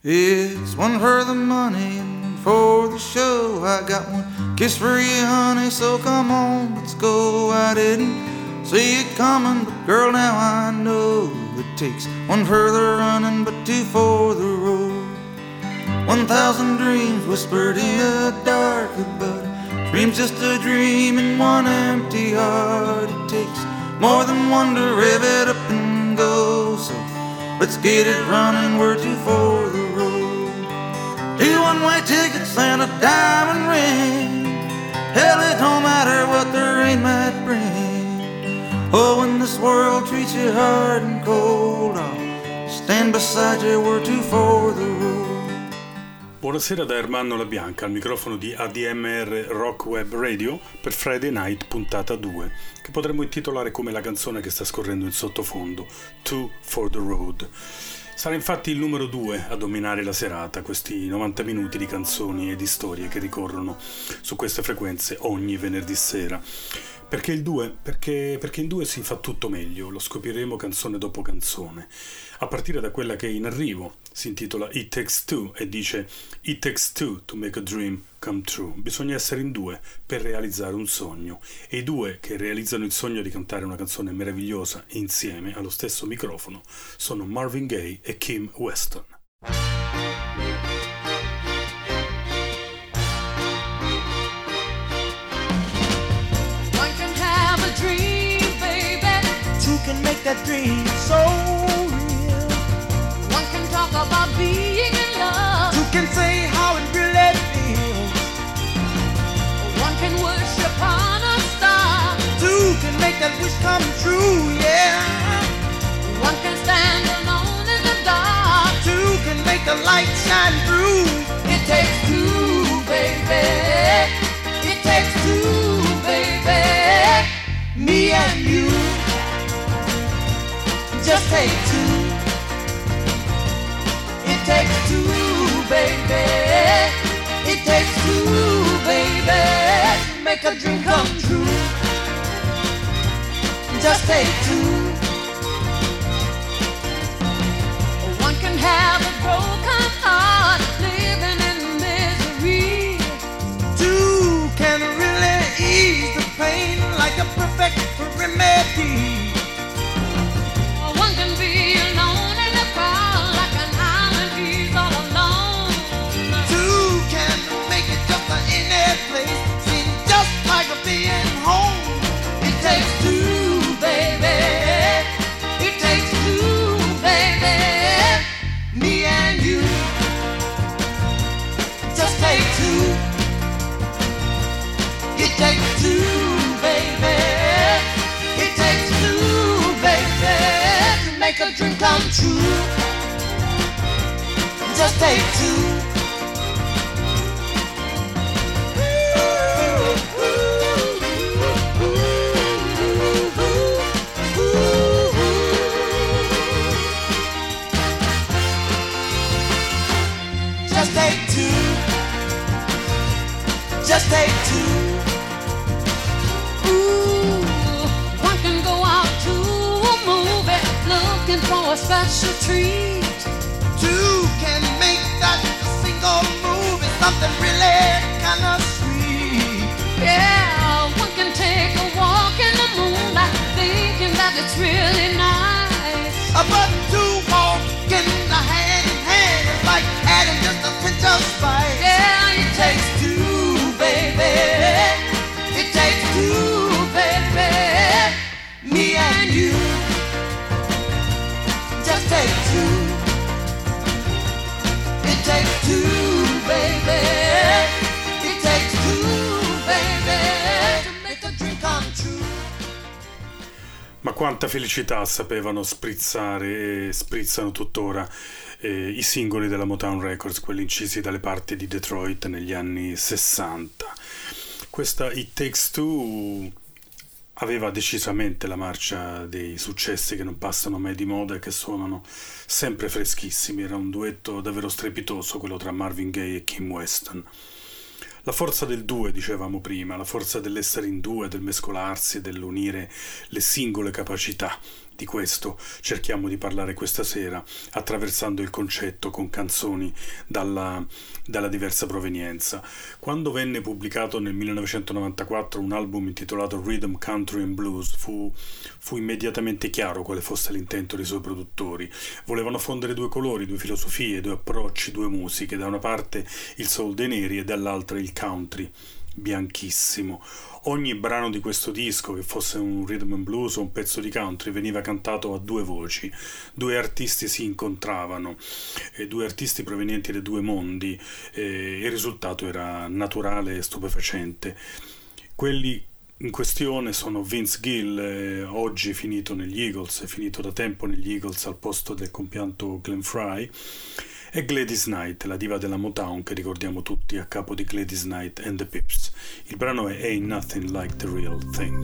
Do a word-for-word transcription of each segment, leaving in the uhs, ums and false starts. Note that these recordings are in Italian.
It's one for the money and one for the show. I got one kiss for you, honey, so come on, let's go. I didn't see it coming, but girl, now I know. It takes one for the running, but two for the road. One thousand dreams whispered in the dark, but a dream's just a dream in one empty heart. It takes more than one to rev it up and go, so let's get it running, we're two for the road. Two one-way tickets and a diamond ring. Hell, it don't matter what the rain might bring. Oh, when this world treats you hard and cold, I'll stand beside you, we're two for the road. Buonasera da Ermanno La Bianca, al microfono di A D M R Rock Web Radio per Friday Night puntata due, che potremmo intitolare come la canzone che sta scorrendo in sottofondo, Two for the Road. Sarà infatti il numero due a dominare la serata, questi novanta minuti di canzoni e di storie che ricorrono su queste frequenze ogni venerdì sera. Perché il due? Perché, perché in due si fa tutto meglio, lo scopriremo canzone dopo canzone, a partire da quella che è in arrivo, si intitola It Takes Two e dice It takes two to make a dream come true. Bisogna essere in due per realizzare un sogno, e i due che realizzano il sogno di cantare una canzone meravigliosa insieme allo stesso microfono sono Marvin Gaye e Kim Weston. Can make that dream so real. One can talk about being in love. Two can say how it really feels. One can wish upon a star. Two can make that wish come true, yeah. One can stand alone in the dark. Two can make the light shine through. It takes two, baby. It takes two, baby. Me and you. Just take two. It takes two, baby. It takes two, baby. Make a dream come true. Just take two. One can have a broken heart, living in misery. Two can really ease the pain like a perfect remedy. One can be alone in the crowd like an island, he's all alone. Two can make it just a any place, seem just like a being home. It takes two, baby. It takes two, baby. Me and you. Just take two. It takes two, baby. It takes two, baby. Make a dream come true. Just take two. Just take two. Just take two. Ooh, one can go out to a movie looking for a special treat. Two can make that single move is something really kind of sweet. Yeah, one can take a walk in the moonlight thinking that it's really nice. But two walk in the hand in hand is like adding just a pinch of spice. Yeah, it takes two, baby. It takes two, baby. Me and you. Just take two. It takes two, baby. It takes two, baby. To make a dream come true. Ma quanta felicità sapevano sprizzare e sprizzano tuttora eh, i singoli della Motown Records, quelli incisi dalle parti di Detroit negli anni sessanta. Questa It Takes Two aveva decisamente la marcia dei successi che non passano mai di moda e che suonano sempre freschissimi. Era un duetto davvero strepitoso quello tra Marvin Gaye e Kim Weston. La forza del due, dicevamo prima, la forza dell'essere in due, del mescolarsi, dell'unire le singole capacità Di questo cerchiamo di parlare questa sera, attraversando il concetto con canzoni dalla, dalla diversa provenienza. Quando venne pubblicato nel millenovecentonovantaquattro un album intitolato Rhythm, Country and Blues, fu, fu immediatamente chiaro quale fosse l'intento dei suoi produttori. Volevano fondere due colori, due filosofie, due approcci, due musiche, da una parte il soul dei neri e dall'altra il country bianchissimo. Ogni brano di questo disco, che fosse un rhythm and blues o un pezzo di country, veniva cantato a due voci. Due artisti si incontravano, e due artisti provenienti dai due mondi, e il risultato era naturale e stupefacente. Quelli in questione sono Vince Gill, eh, oggi finito negli Eagles, è finito da tempo negli Eagles al posto del compianto Glenn Frey, e Gladys Knight, la diva della Motown che ricordiamo tutti a capo di Gladys Knight and the Pips. Il brano è Ain't Nothing Like the Real Thing.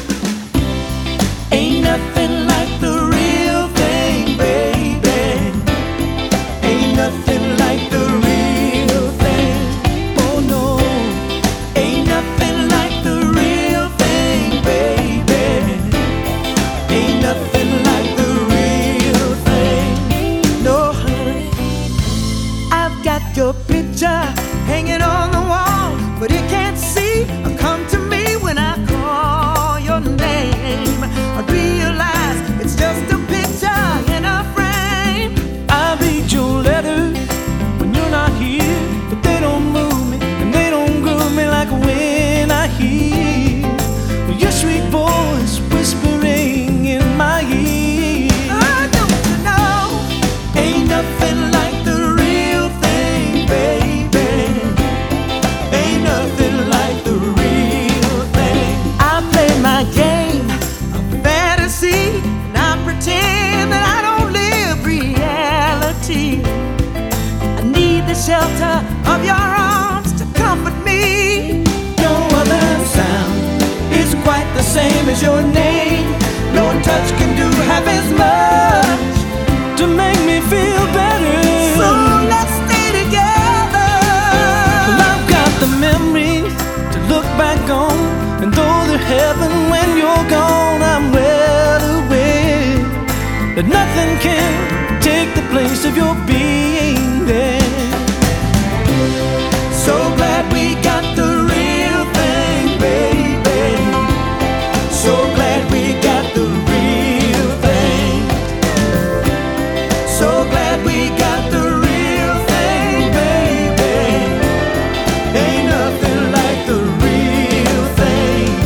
Ain't nothing like the real thing, baby. Ain't nothing like the real thing. Oh no. Ain't nothing like the real thing, baby. Ain't nothing like the real thing. No hurry. I've got your picture hanging on the wall, but it can't see or come to me when I call your name. I realize it's just a picture in a frame. I read your letters when you're not here, but they don't move me and they don't groove me like when I hear your sweet voice whispering in my ear. Oh, don't you know? Ain't nothing like the real thing, baby. Ain't nothing like the real thing. I play my game of fantasy, and I pretend that I don't live reality. I need the shelter of your arms to comfort me. No other sound is quite the same as your name. No touch can do half as much to make me feel better. So let's stay together. Well, I've got the memories to look back on, and though they're heaven when you're gone, I'm well aware that nothing can take the place of your being there. So glad we got the real thing, baby. So glad we got the real thing. So glad we got the real thing, baby. Ain't nothing like the real thing.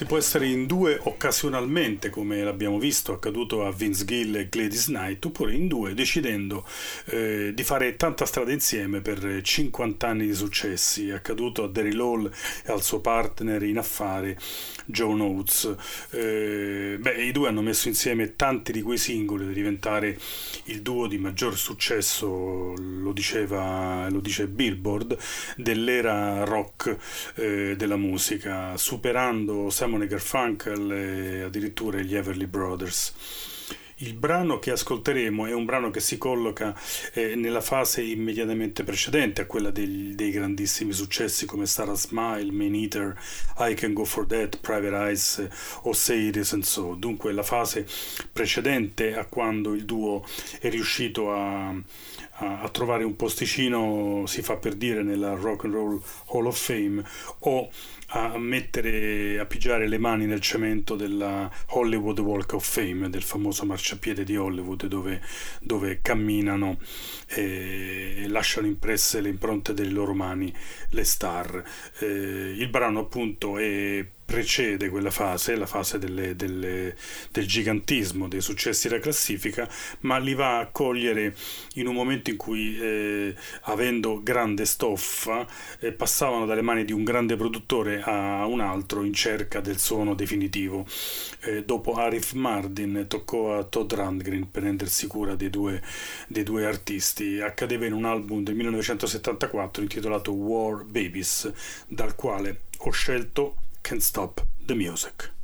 Si può essere in due occasionalmente, come l'abbiamo visto accaduto a Vince Gill e Gladys Knight, oppure in due decidendo eh, di fare tanta strada insieme per cinquanta anni di successi. È accaduto a Daryl Hall e al suo partner in affare John Oates. Eh, beh, i due hanno messo insieme tanti di quei singoli da diventare il duo di maggior successo, lo diceva, lo dice Billboard, dell'era rock eh, della musica, superando Simon e Garfunkel e addirittura gli Everly Brothers. Il brano che ascolteremo è un brano che si colloca eh, nella fase immediatamente precedente a quella dei, dei grandissimi successi come Star Smile, Man Eater, I Can Go For That, Private Eyes eh, o Say It Isn't So. Dunque la fase precedente a quando il duo è riuscito a, a, a trovare un posticino, si fa per dire, nella Rock and Roll Hall of Fame, o a mettere, a pigiare le mani nel cemento della Hollywood Walk of Fame, del famoso marciapiede di Hollywood dove, dove camminano e lasciano impresse le impronte delle loro mani le star. Eh, il brano appunto è precede quella fase, la fase delle, delle, del gigantismo, dei successi della classifica, ma li va a cogliere in un momento in cui, eh, avendo grande stoffa, eh, passavano dalle mani di un grande produttore a un altro in cerca del suono definitivo. Eh, dopo Arif Mardin toccò a Todd Rundgren per rendersi cura dei due, dei due artisti. Accadeva in un album del millenovecentosettantaquattro intitolato War Babies, dal quale ho scelto Can't Stop the Music.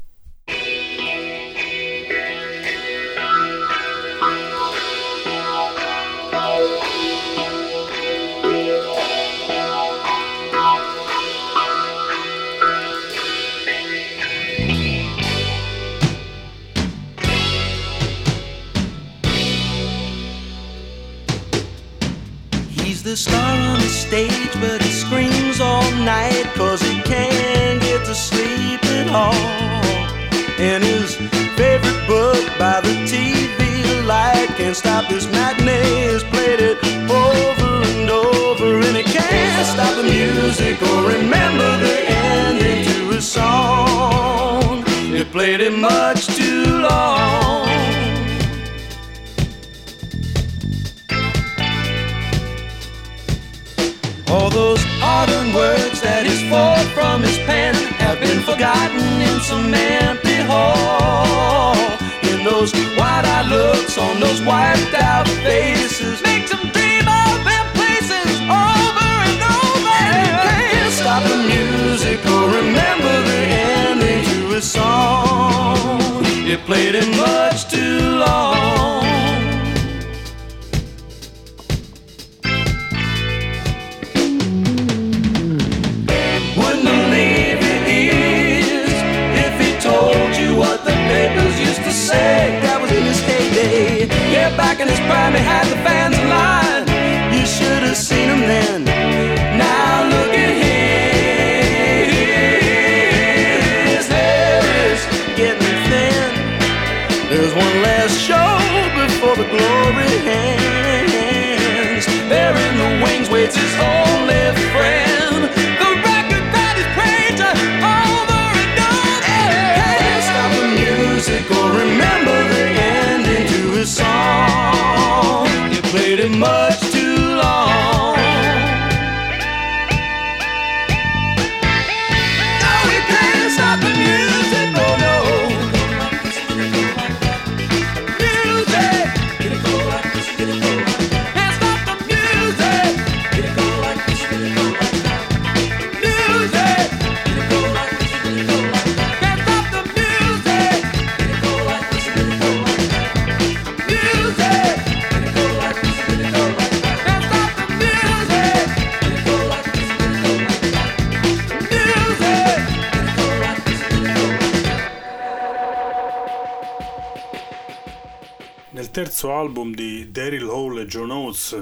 He's the star on the stage, but he screams all night 'cause he can't get to sleep at all. And his favorite book by the T V light can't stop this matinee. He's played it over and over, and he can't stop the music or remember the ending to his song. He played it much too long. All those ardent words that he spoke from his pen have been forgotten in some empty hall. In those wide-eyed looks on those wiped-out faces makes him dream of them places over and over. And he can't stop the music or remember the ending to his song. He played it much too long. Say that was in his heyday. Yeah, back in his prime he had the fans in line. You should have seen him then. Now look at him. His hair is getting thin. There's one last show before the glory ends. There in the wings waits his only friend, the record that he's prayed to over and over. Can't stop the music or remember the ending to his song. You played it much too long. No, we can't stop the music, no, no. Music, get it go like this, get it go like that. Can't stop the music, get it go like this, get it go like that. Music, get it go like this, get it go like that. Can't stop the music, get it go like this, get it go like that. Music, get it go like this, get it go like that. Can't stop the music, get it go like this, get it go like that. Music, get it go like this, get it go like that. Nel terzo album di Daryl Hall e John Oates,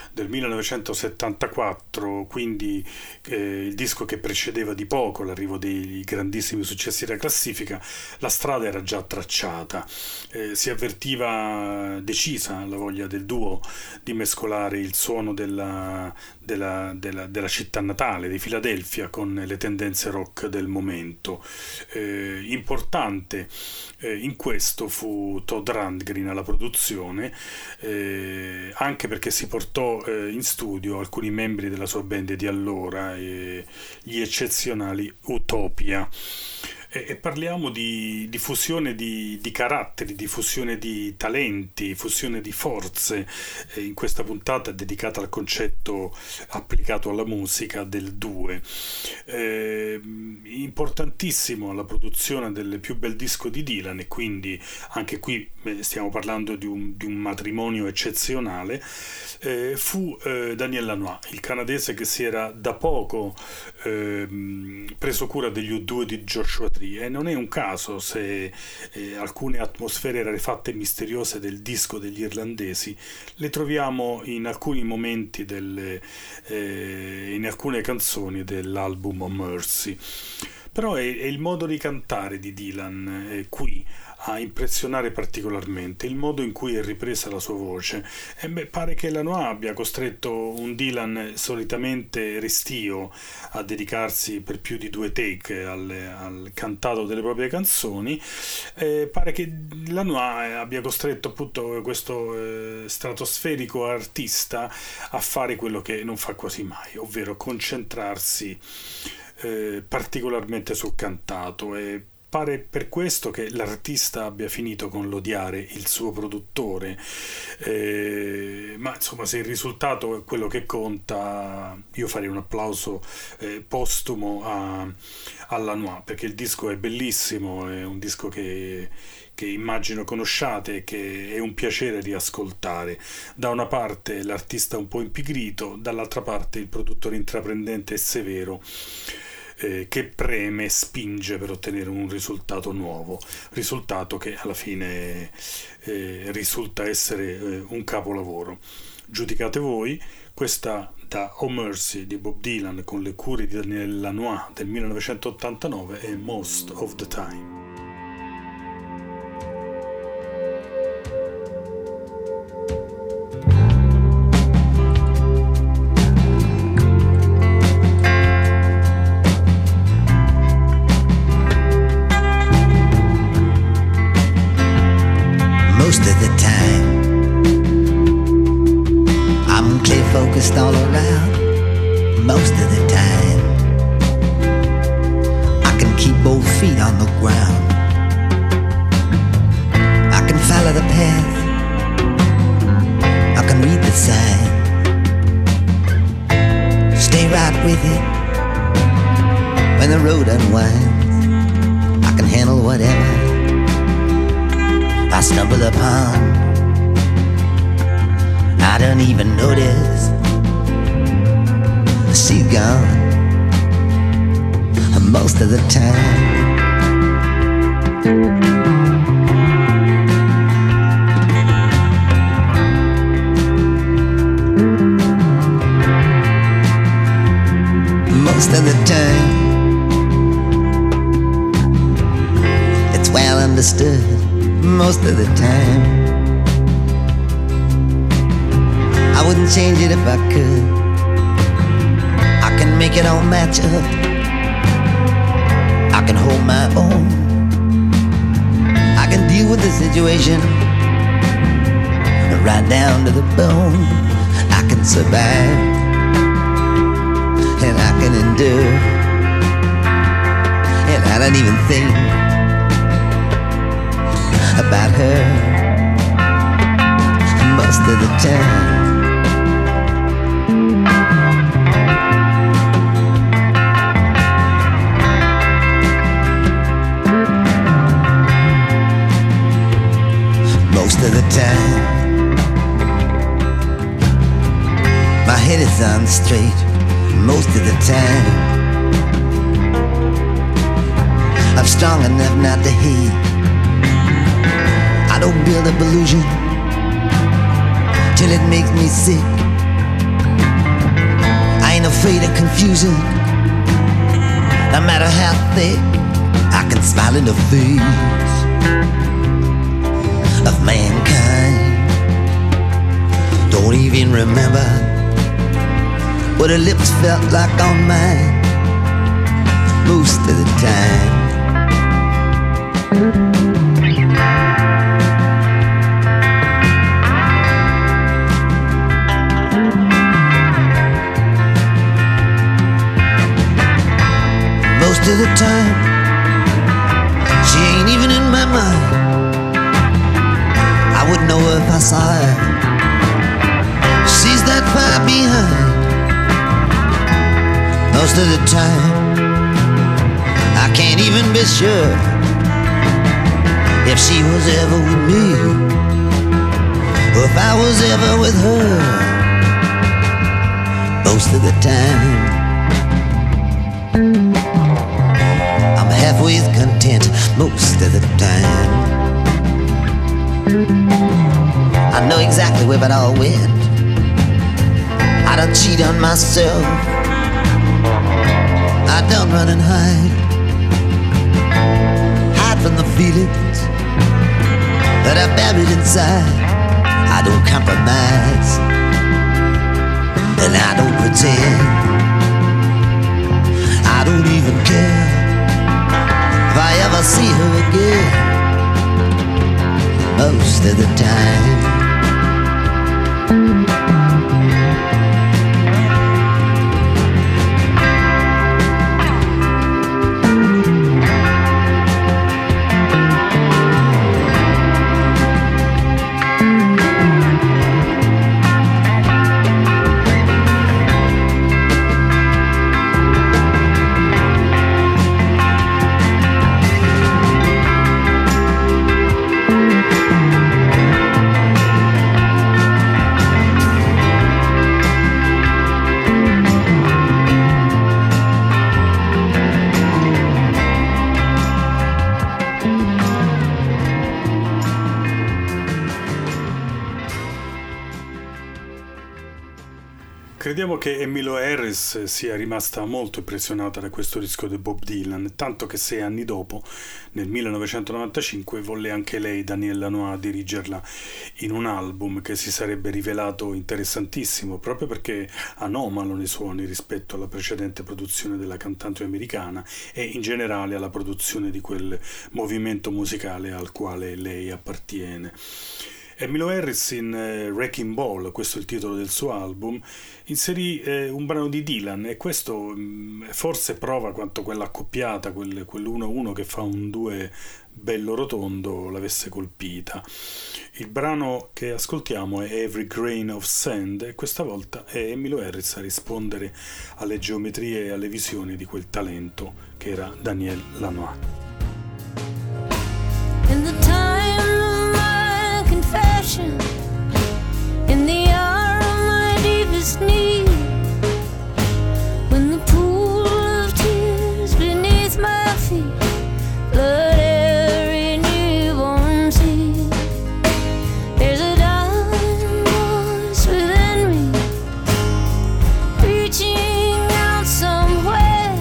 del millenovecentosettantaquattro, quindi eh, il disco che precedeva di poco l'arrivo dei grandissimi successi della classifica, la strada era già tracciata. Eh, si avvertiva decisa la voglia del duo di mescolare il suono della, della, della, della città natale, di Filadelfia, con le tendenze rock del momento. Eh, importante eh, in questo fu Todd Rundgren alla produzione, eh, anche perché si portò eh, in studio alcuni membri della sua band di allora, eh, gli eccezionali Utopia. E parliamo di, di fusione di, di caratteri, di fusione di talenti, fusione di forze in questa puntata dedicata al concetto applicato alla musica del due. Eh, importantissimo la produzione del più bel disco di Dylan, e quindi anche qui stiamo parlando di un, di un matrimonio eccezionale. Eh, fu eh, Daniel Lanois, il canadese che si era da poco eh, preso cura degli U due di Joshua Tree, e non è un caso se eh, alcune atmosfere rarefatte e misteriose del disco degli irlandesi le troviamo in alcuni momenti delle, eh, in alcune canzoni dell'album Mercy. Però è, è il modo di cantare di Dylan eh, qui a impressionare particolarmente, il modo in cui è ripresa la sua voce. E beh, pare che Lanois abbia costretto un Dylan solitamente restio a dedicarsi per più di due take al, al cantato delle proprie canzoni. Eh, pare che Lanois abbia costretto appunto questo eh, stratosferico artista a fare quello che non fa quasi mai, ovvero concentrarsi eh, particolarmente sul cantato. E pare per questo che l'artista abbia finito con l'odiare il suo produttore, eh, ma insomma, se il risultato è quello che conta, io farei un applauso eh, postumo a, a Lanois, perché il disco è bellissimo, è un disco che che immagino conosciate e che è un piacere riascoltare. Da una parte l'artista un po' impigrito, dall'altra parte il produttore intraprendente e severo, Eh, che preme e spinge per ottenere un risultato nuovo, risultato che alla fine eh, risulta essere eh, un capolavoro. Giudicate voi. Questa da Oh Mercy di Bob Dylan con le cure di Daniel Lanois del millenovecentottantanove è Most of the Time. Most of the time I'm clear focused all around. Most of the time I can keep both feet on the ground. I can follow the path, I can read the sign, stay right with it when the road unwinds. I can handle whatever I stumble upon. I don't even notice she's gone most of the time. Most of the time it's well understood. Most of the time I wouldn't change it if I could. I can make it all match up, I can hold my own, I can deal with the situation right down to the bone. I can survive and I can endure, and I don't even think about her most of the time. Most of the time my head is on straight. Most of the time I'm strong enough not to hate. I don't build up illusion till it makes me sick. afraid of confusion. No matter how thick, I can smile in the face of mankind. Don't even remember what her lips felt like on mine most of the time. Most of the time, she ain't even in my mind. I wouldn't know her if I saw her. She's that far behind. Most of the time, I can't even be sure if she was ever with me or if I was ever with her. Most of the time, I'm halfway content most of the time. I know exactly where it all went. I done cheat on myself. I done run and hide. Hide from the feelings that I buried inside. I don't compromise, and I don't pretend. I don't even care if I ever see her again. Most of the time. Crediamo che Emmylou Harris sia rimasta molto impressionata da questo disco di Bob Dylan, tanto che sei anni dopo, nel millenovecentonovantacinque, volle anche lei, Danielle Lanois, dirigerla in un album che si sarebbe rivelato interessantissimo, proprio perché anomalo nei suoni rispetto alla precedente produzione della cantante americana e in generale alla produzione di quel movimento musicale al quale lei appartiene. Emmylou Harris in uh, Wrecking Ball, questo è il titolo del suo album, inserì eh, un brano di Dylan e questo mh, forse prova quanto quella accoppiata, quel, quell'uno a uno che fa un due bello rotondo, l'avesse colpita. Il brano che ascoltiamo è Every Grain of Sand e questa volta è Emmylou Harris a rispondere alle geometrie e alle visioni di quel talento che era Danielle Lanois. In the time of my confession, in the hour of my deepest need, when the pool of tears beneath my feet flood every newborn seed, there's a dying voice within me, reaching out somewhere,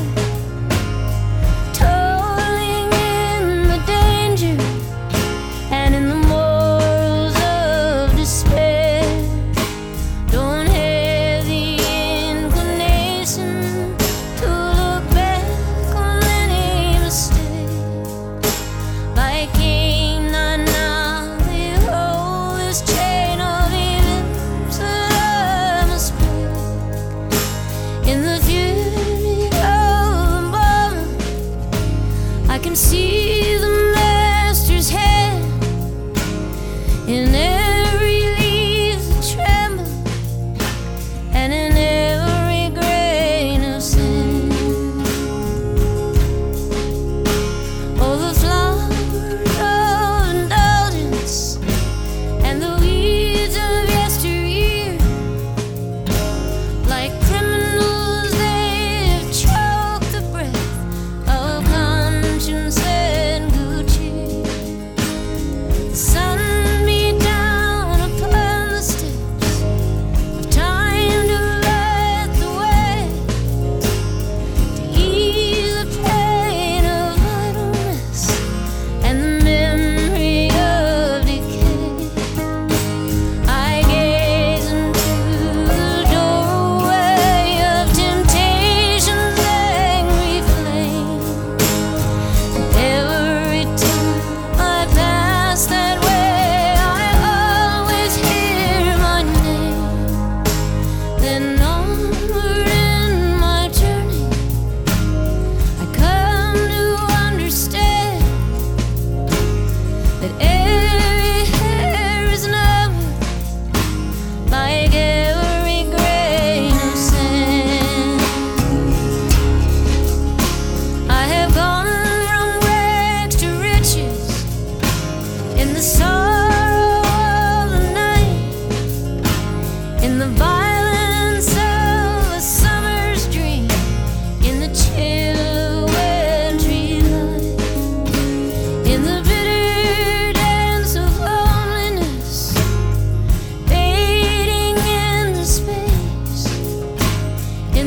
toiling in the danger and in the morals of despair. Don't have the inclination to look back on any mistake. Like Cain, I now behold this chain of events that I must break. In the fury of the moment, I can see the master's hand in every leaf that trembles and in every grain of sand. Oh, the flowers of indulgence and the weeds of yesteryear, like criminals, they've choked the breath of conscience and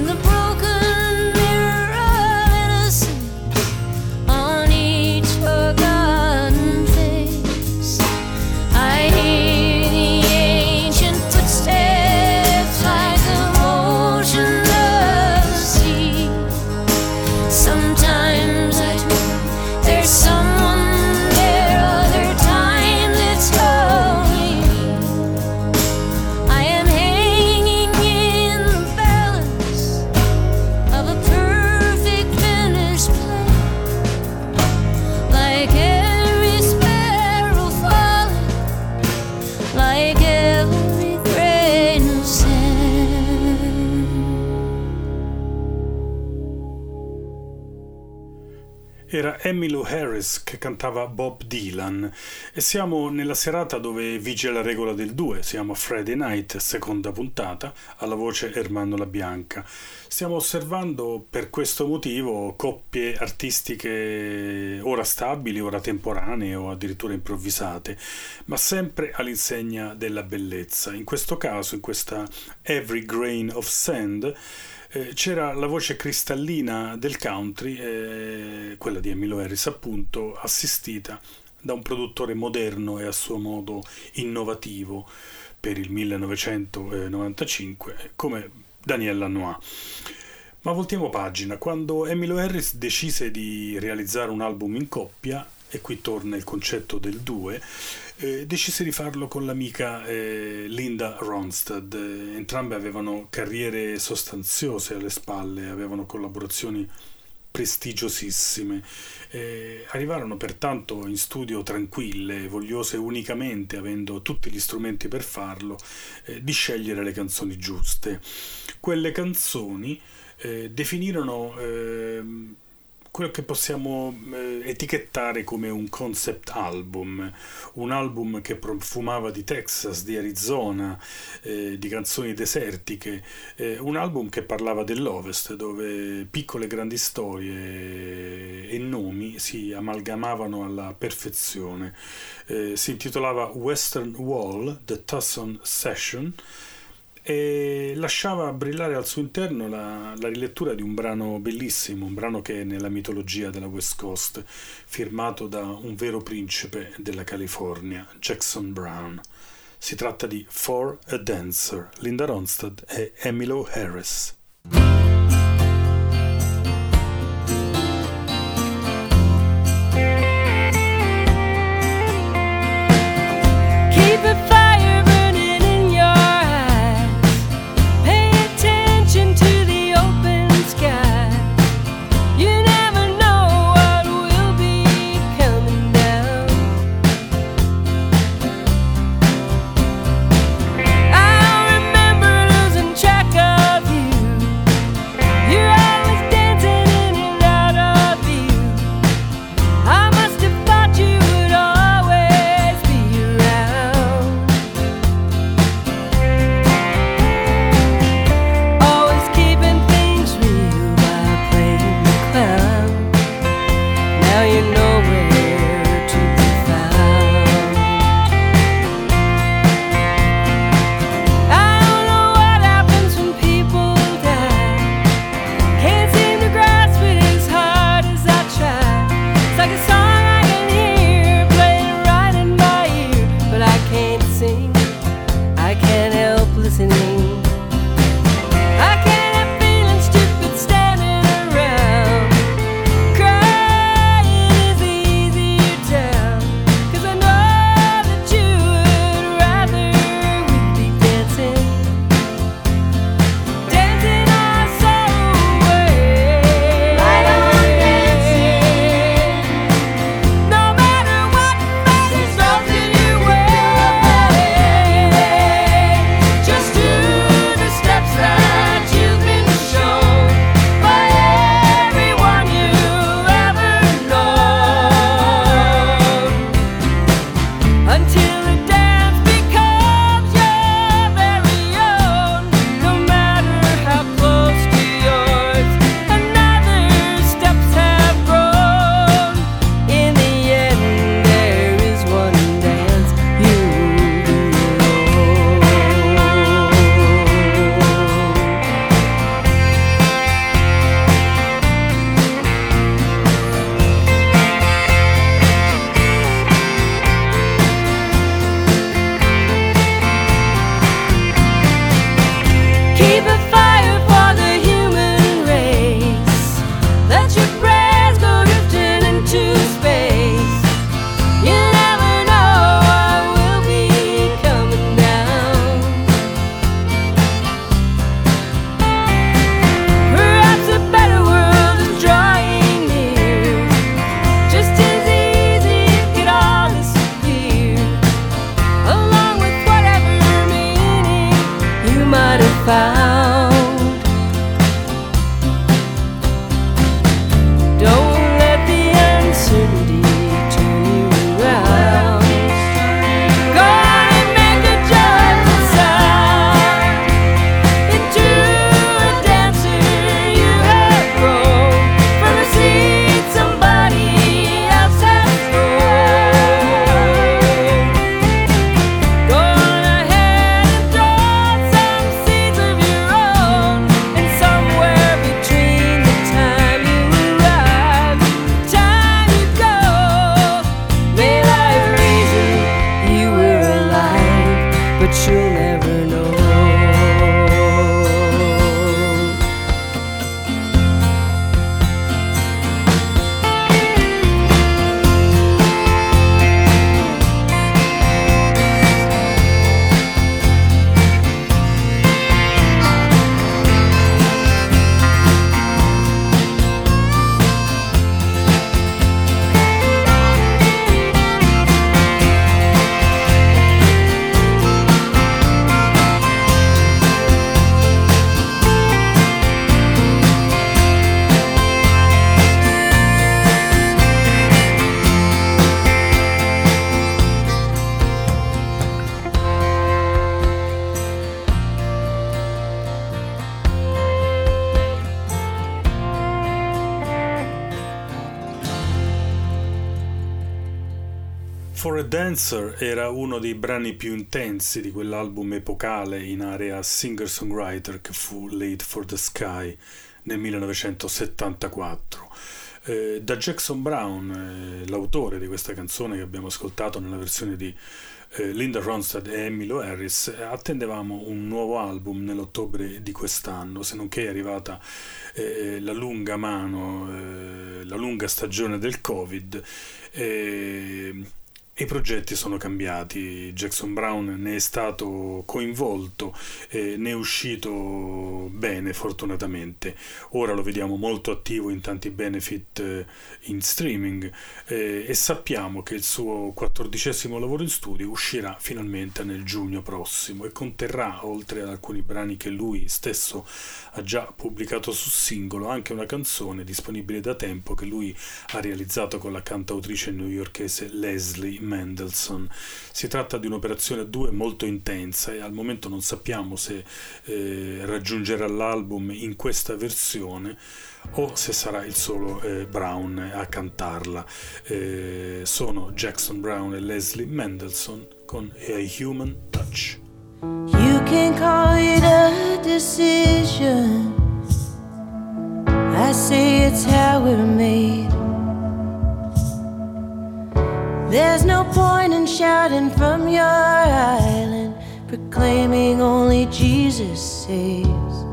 Era Emmylou Harris che cantava Bob Dylan e siamo nella serata dove vige la regola del due, siamo a Friday Night, seconda puntata, alla voce Ermanno La Bianca. Stiamo osservando per questo motivo coppie artistiche ora stabili, ora temporanee o addirittura improvvisate, ma sempre all'insegna della bellezza. In questo caso, in questa Every Grain of Sand, Eh, c'era la voce cristallina del country, eh, quella di Emmylou Harris appunto, assistita da un produttore moderno e a suo modo innovativo per il millenovecentonovantacinque come Daniel Lanois. Ma voltiamo pagina. Quando Emmylou Harris decise di realizzare un album in coppia, e qui torna il concetto del due, eh, decise di farlo con l'amica eh, Linda Ronstadt. Eh, entrambe avevano carriere sostanziose alle spalle, avevano collaborazioni prestigiosissime. Eh, arrivarono pertanto in studio tranquille, vogliose unicamente, avendo tutti gli strumenti per farlo, eh, di scegliere le canzoni giuste. Quelle canzoni eh, definirono eh, quello che possiamo eh, etichettare come un concept album, un album che profumava di Texas, di Arizona, eh, di canzoni desertiche, eh, un album che parlava dell'Ovest, dove piccole grandi storie e nomi si amalgamavano alla perfezione. Eh, si intitolava Western Wall, The Tucson Session, e lasciava brillare al suo interno la, la rilettura di un brano bellissimo, un brano che è nella mitologia della West Coast, firmato da un vero principe della California, Jackson Browne. Si tratta di For a Dancer, Linda Ronstadt e Emmylou Harris. Track of you For a Dancer era uno dei brani più intensi di quell'album epocale in area singer-songwriter che fu Late for the Sky nel millenovecentosettantaquattro. Eh, da Jackson Browne, eh, l'autore di questa canzone che abbiamo ascoltato nella versione di eh, Linda Ronstadt e Emmylou Harris, attendevamo un nuovo album nell'ottobre di quest'anno, se non che è arrivata eh, la lunga mano, eh, la lunga stagione del Covid. Eh, I progetti sono cambiati, Jackson Browne ne è stato coinvolto, eh, ne è uscito bene fortunatamente, ora lo vediamo molto attivo in tanti benefit eh, in streaming eh, e sappiamo che il suo quattordicesimo lavoro in studio uscirà finalmente nel giugno prossimo e conterrà, oltre ad alcuni brani che lui stesso ha già pubblicato su singolo, anche una canzone disponibile da tempo che lui ha realizzato con la cantautrice newyorkese Leslie Mendelssohn. Si tratta di un'operazione a due molto intensa e al momento non sappiamo se eh, raggiungerà l'album in questa versione o se sarà il solo eh, Brown a cantarla. Eh, sono Jackson Browne e Leslie Mendelssohn con A Human Touch. You can call it a decision. I say it's how we're made. There's no point in shouting from your island, proclaiming only Jesus saves.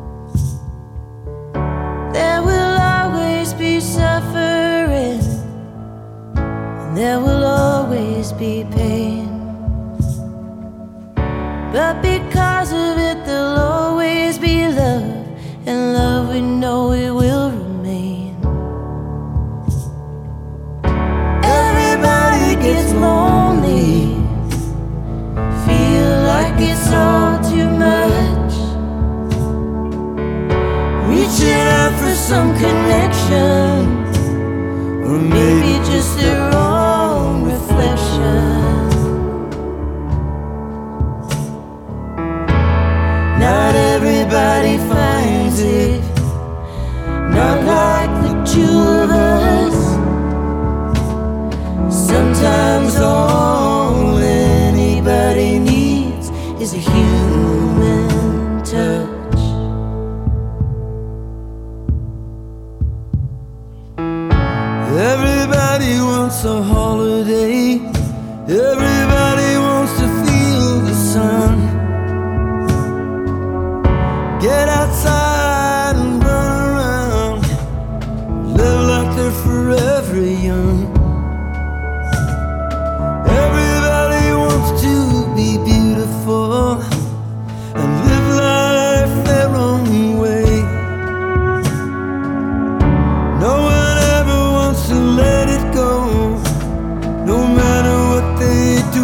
There will always be suffering, and there will always be pain. But because of it there'll always be love, and love we know it will remain. Everybody gets lonely, feel like it's all too much, reaching out for some connection, or maybe just their own reflection. Not everybody finds it, not like the two of us. Sometimes all anybody needs is a human touch. Everybody wants a holiday, everybody wants to feel the sun. Get outside and run around, live like they're forever young. Everybody wants to be beautiful and live life their own way. No one ever wants to let it go, no matter what they do.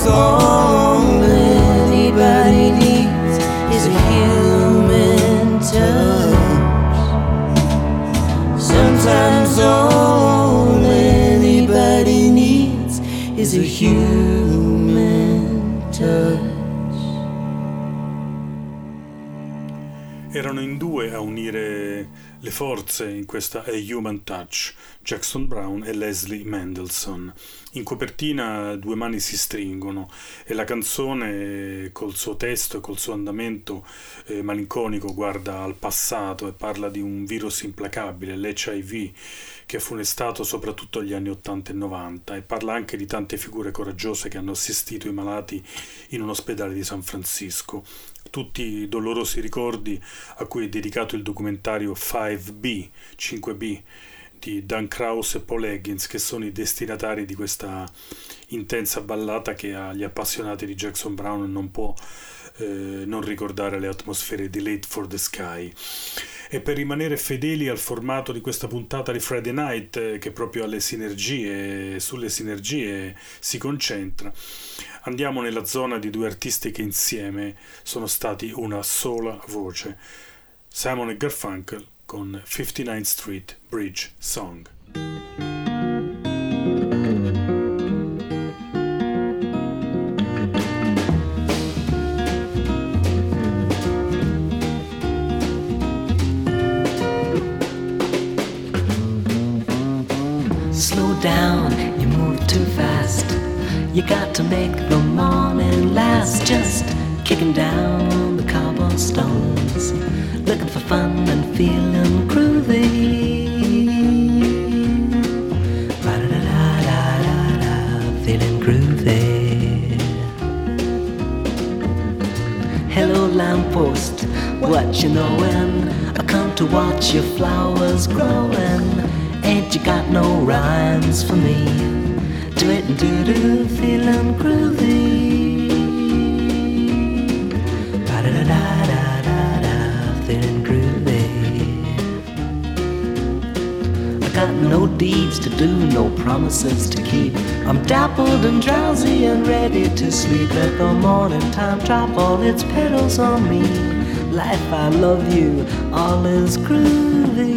Sometimes all anybody needs is a human touch. Sometimes all anybody needs is a human touch. Erano in due a unire le forze in questa A Human Touch, Jackson Browne e Leslie Mendelssohn. In copertina due mani si stringono e la canzone col suo testo e col suo andamento eh, malinconico guarda al passato e parla di un virus implacabile, l'H I V, che ha funestato soprattutto gli anni ottanta e novanta, e parla anche di tante figure coraggiose che hanno assistito i malati in un ospedale di San Francisco. Tutti i dolorosi ricordi a cui è dedicato il documentario cinque B, cinque B di Dan Krause e Paul Higgins, che sono i destinatari di questa intensa ballata che agli appassionati di Jackson Browne non può eh, non ricordare le atmosfere di Late for the Sky. E per rimanere fedeli al formato di questa puntata di Friday Night, eh, che proprio alle sinergie, sulle sinergie si concentra, andiamo nella zona di due artisti che insieme sono stati una sola voce, Simon e Garfunkel con fifty-ninth Street Bridge Song. Slow down, you move too fast. You got to make the morning last. Just kicking down the cobblestones, looking for fun and feeling groovy. Ba-da-da-da-da-da, feeling groovy. Hello lamppost, what you knowin'? I come to watch your flowers growing. Ain't you got no rhymes for me? Do it and do-do, feeling groovy. Ba-da-da-da-da-da, feeling groovy. I got no deeds to do, no promises to keep. I'm dappled and drowsy and ready to sleep. Let the morning time drop all its petals on me. Life, I love you, all is groovy.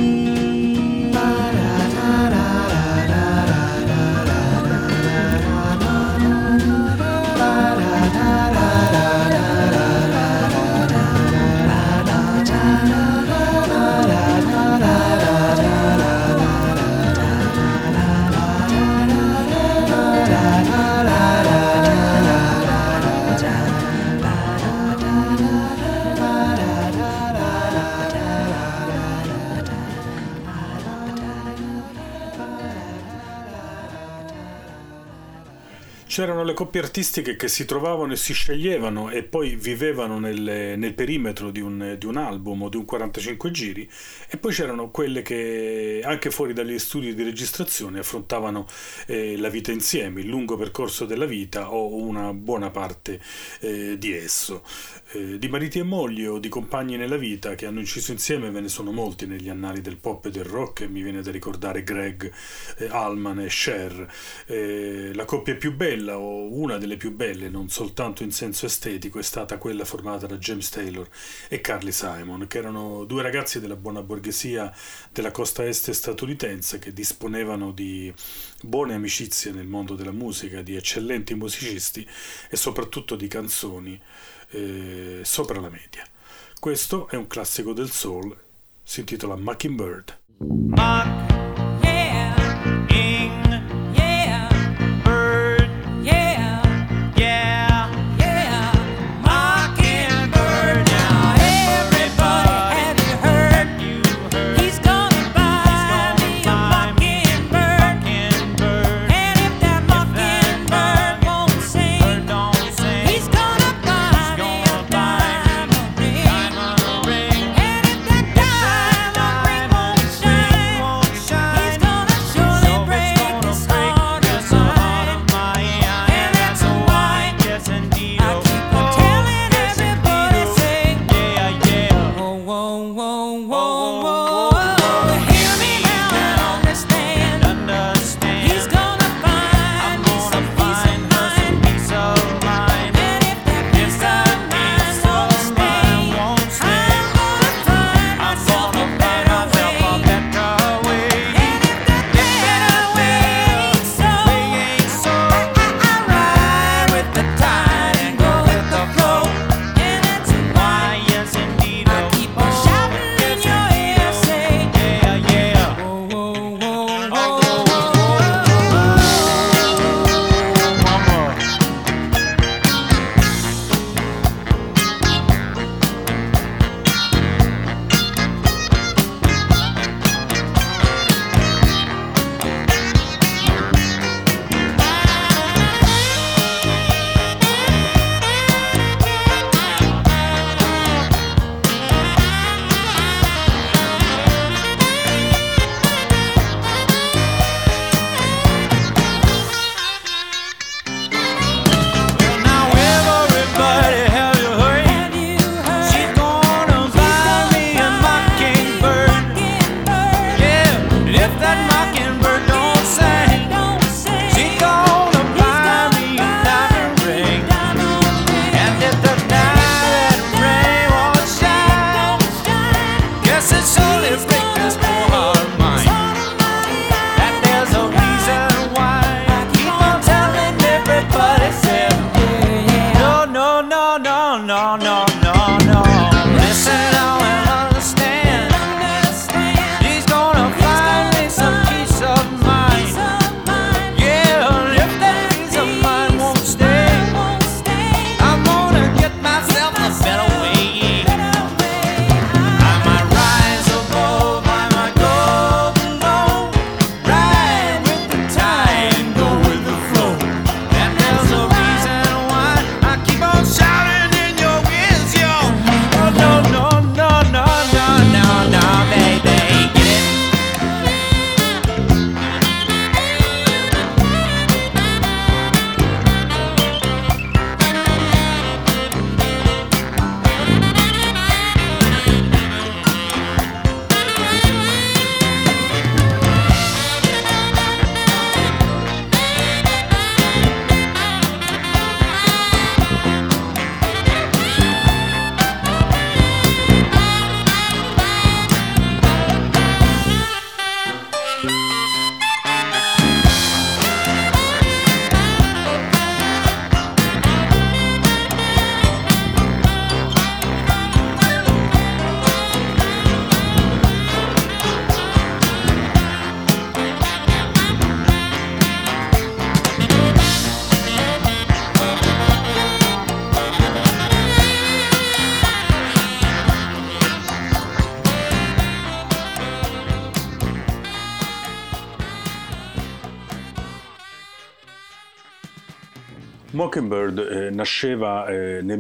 C'erano le coppie artistiche che si trovavano e si sceglievano e poi vivevano nel, nel perimetro di un, di un album o di un quarantacinque giri, e poi c'erano quelle che anche fuori dagli studi di registrazione affrontavano eh, la vita insieme, il lungo percorso della vita o una buona parte eh, di esso. Eh, di mariti e mogli o di compagni nella vita che hanno inciso insieme ve ne sono molti negli annali del pop e del rock, e mi viene da ricordare Greg eh, Allman e Cher. Eh, la coppia più bella, o una delle più belle, non soltanto in senso estetico, è stata quella formata da James Taylor e Carly Simon, che erano due ragazzi della buona borghesia della costa est statunitense che disponevano di buone amicizie nel mondo della musica, di eccellenti musicisti e soprattutto di canzoni eh, sopra la media. Questo è un classico del soul, si intitola Mockingbird. Mock, yeah, ing, yeah, bird, yeah, yeah, yeah, mockingbird. Now everybody, have you heard? You heard. He's gonna buy me a mockingbird. And if that mockingbird won't sing, he's gonna buy me a diamond ring. And if that diamond ring won't shine, Mockingbird eh, nasceva eh, nel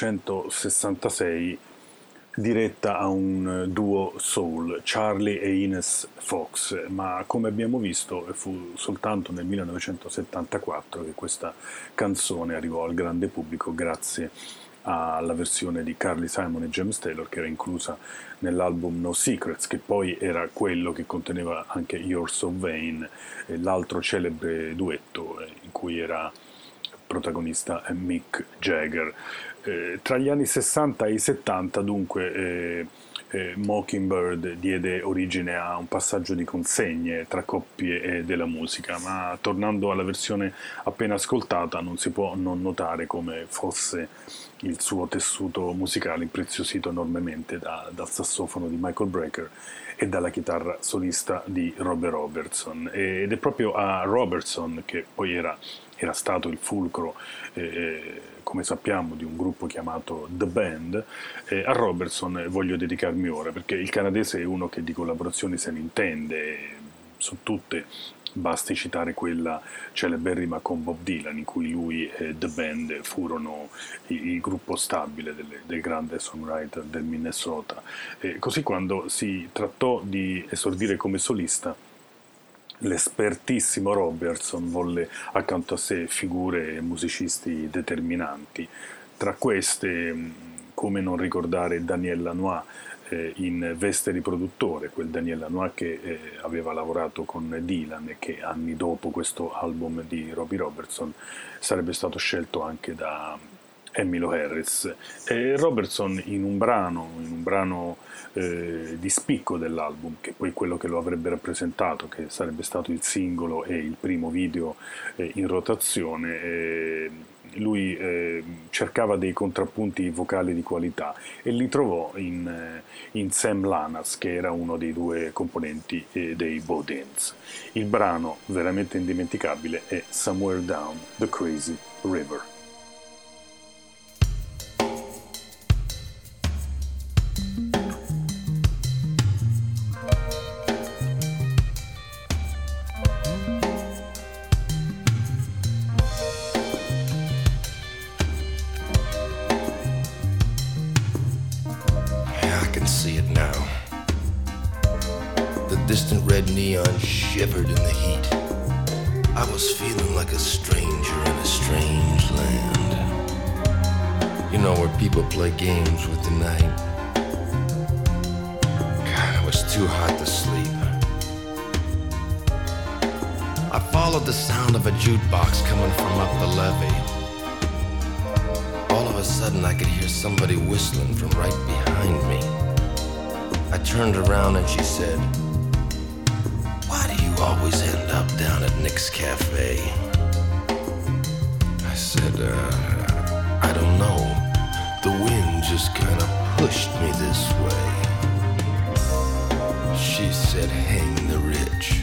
millenovecentosessantasei diretta a un duo soul, Charlie e Ines Fox, ma come abbiamo visto fu soltanto nel millenovecentosettantaquattro che questa canzone arrivò al grande pubblico grazie alla versione di Carly Simon e James Taylor che era inclusa nell'album No Secrets, che poi era quello che conteneva anche You're So Vain, l'altro celebre duetto in cui era protagonista Mick Jagger. Eh, tra gli anni sessanta e i settanta dunque eh, eh, Mockingbird diede origine a un passaggio di consegne tra coppie eh, della musica, ma tornando alla versione appena ascoltata non si può non notare come fosse il suo tessuto musicale impreziosito enormemente da, dal sassofono di Michael Brecker e dalla chitarra solista di Robert Robertson, ed è proprio a Robertson, che poi era, era stato il fulcro eh, come sappiamo di un gruppo chiamato The Band, eh, a Robertson voglio dedicarmi ora, perché il canadese è uno che di collaborazioni se ne intende su tutte. Basti citare quella celeberrima con Bob Dylan, in cui lui e The Band furono il, il gruppo stabile del, del grande songwriter del Minnesota. E così quando si trattò di esordire come solista, l'espertissimo Robertson volle accanto a sé figure e musicisti determinanti. Tra queste, come non ricordare Daniel Lanois, in veste di produttore, quel Daniel Lanois che eh, aveva lavorato con Dylan e che anni dopo questo album di Robbie Robertson sarebbe stato scelto anche da Emmylou Harris. E Robertson in un brano, in un brano eh, di spicco dell'album, che poi quello che lo avrebbe rappresentato, che sarebbe stato il singolo e il primo video eh, in rotazione, eh, lui eh, cercava dei contrappunti vocali di qualità e li trovò in, eh, in Sam Lanas, che era uno dei due componenti eh, dei Bodins. Il brano veramente indimenticabile è Somewhere Down the Crazy River. Shivered in the heat. I was feeling like a stranger in a strange land. You know, where people play games with the night. God, it was too hot to sleep. I followed the sound of a jukebox coming from up the levee. All of a sudden I could hear somebody whistling from right behind me. I turned around and she said, always end up down at Nick's Cafe. I said, uh, I don't know. The wind just kind of pushed me this way. She said, hang the rich.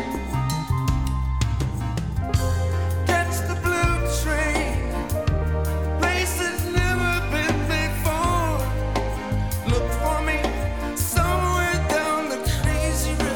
Catch the blue train, places never been before. Look for me somewhere down the crazy river.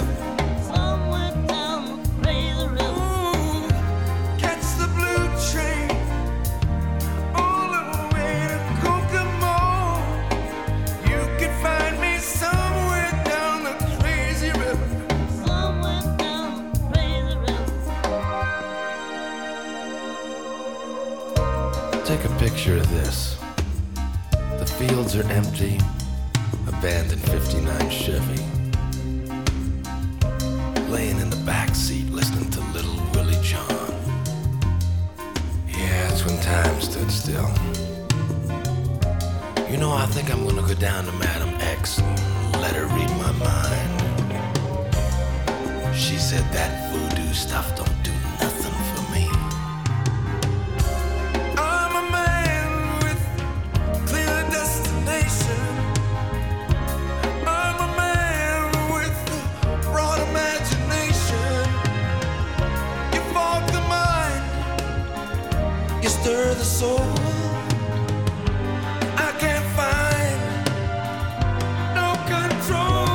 Take a picture of this. The fields are empty, abandoned fifty-nine Chevy. Laying in the back seat listening to Little Willie John. Yeah, it's when time stood still. You know, I think I'm gonna go down to Madam X and let her read my mind. She said that voodoo stuff don't do nothing for me. Stir the soul. I can't find no control.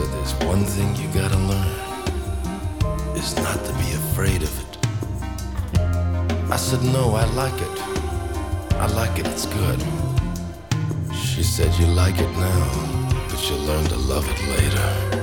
said, there's one thing you gotta learn, is not to be afraid of it. I said, no, I like it. I like it, it's good. She said, you like it now, but you'll learn to love it later.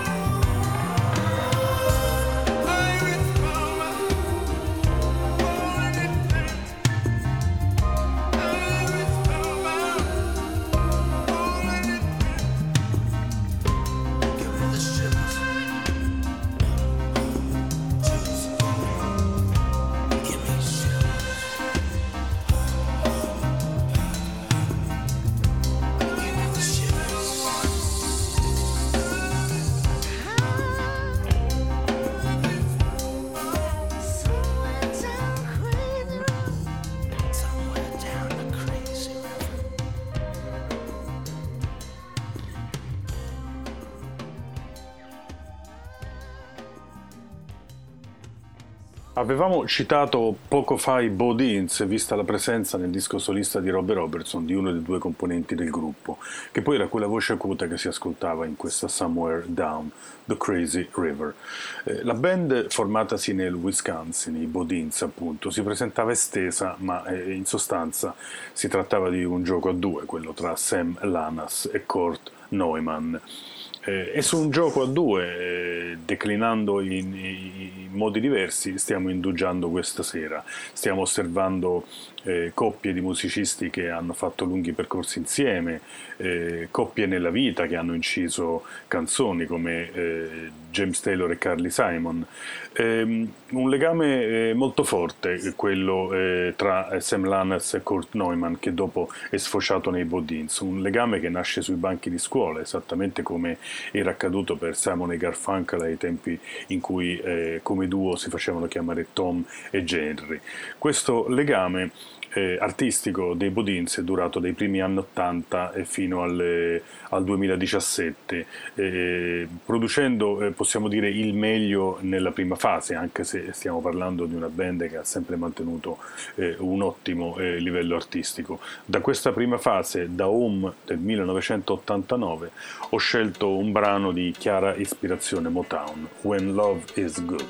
Avevamo citato poco fa i Bo Deans, vista la presenza nel disco solista di Robbie Robertson di uno dei due componenti del gruppo, che poi era quella voce acuta che si ascoltava in questa Somewhere Down the Crazy River. Eh, la band, formatasi nel Wisconsin, i Bo Deans appunto, si presentava estesa, ma eh, in sostanza si trattava di un gioco a due, quello tra Sam Lanas e Kurt Neumann. Eh, e su un gioco a due, eh, declinando in, in modi diversi, stiamo indugiando questa sera. Stiamo osservando eh, coppie di musicisti che hanno fatto lunghi percorsi insieme, eh, coppie nella vita che hanno inciso canzoni come eh, James Taylor e Carly Simon. Eh, un legame eh, molto forte, quello eh, tra Sam Lanas e Kurt Neumann, che dopo è sfociato nei Bo Deans. Un legame che nasce sui banchi di scuola, esattamente come era accaduto per Simon e Garfunkel ai tempi in cui eh, come duo si facevano chiamare Tom e Jerry. Questo legame eh, artistico dei Bo Deans è durato dai primi anni ottanta e fino al, al duemiladiciassette, eh, producendo eh, possiamo dire il meglio nella prima fase, anche se stiamo parlando di una band che ha sempre mantenuto eh, un ottimo eh, livello artistico. Da questa prima fase, da Home del millenovecentottantanove, ho scelto un brano di chiara ispirazione Motown, When Love Is Good.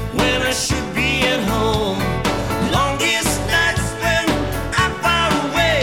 Should be at home. Longest nights when I'm far away.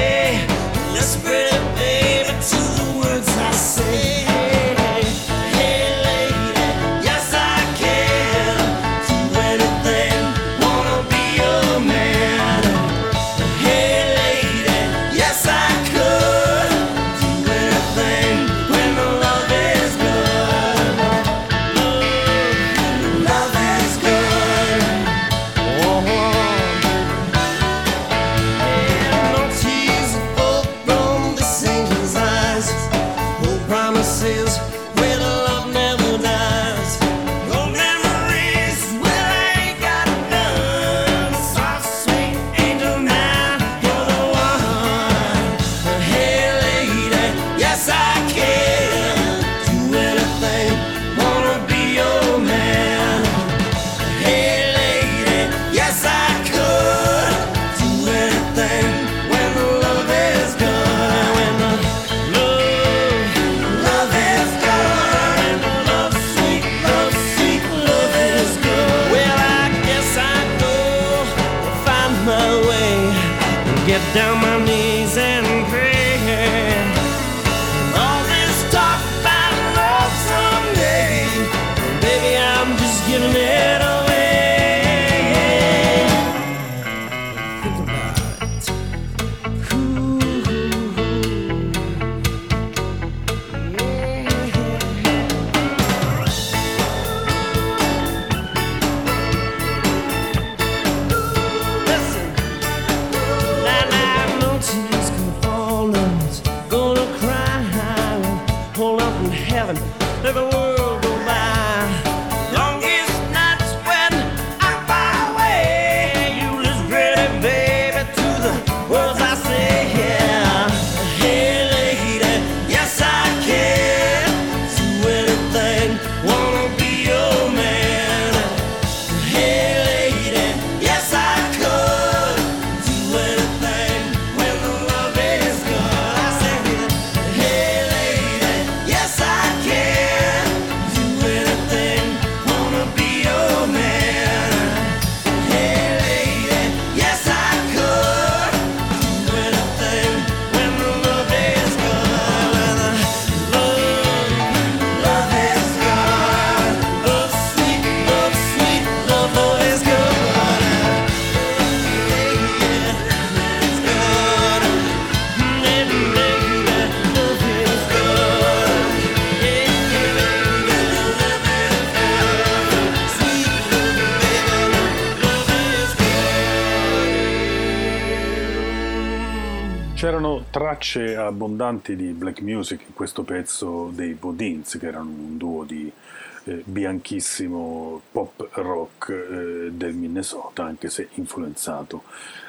C'erano tracce abbondanti di black music in questo pezzo dei Bodins, che erano un duo di eh, bianchissimo pop rock eh, del Minnesota, anche se influenzato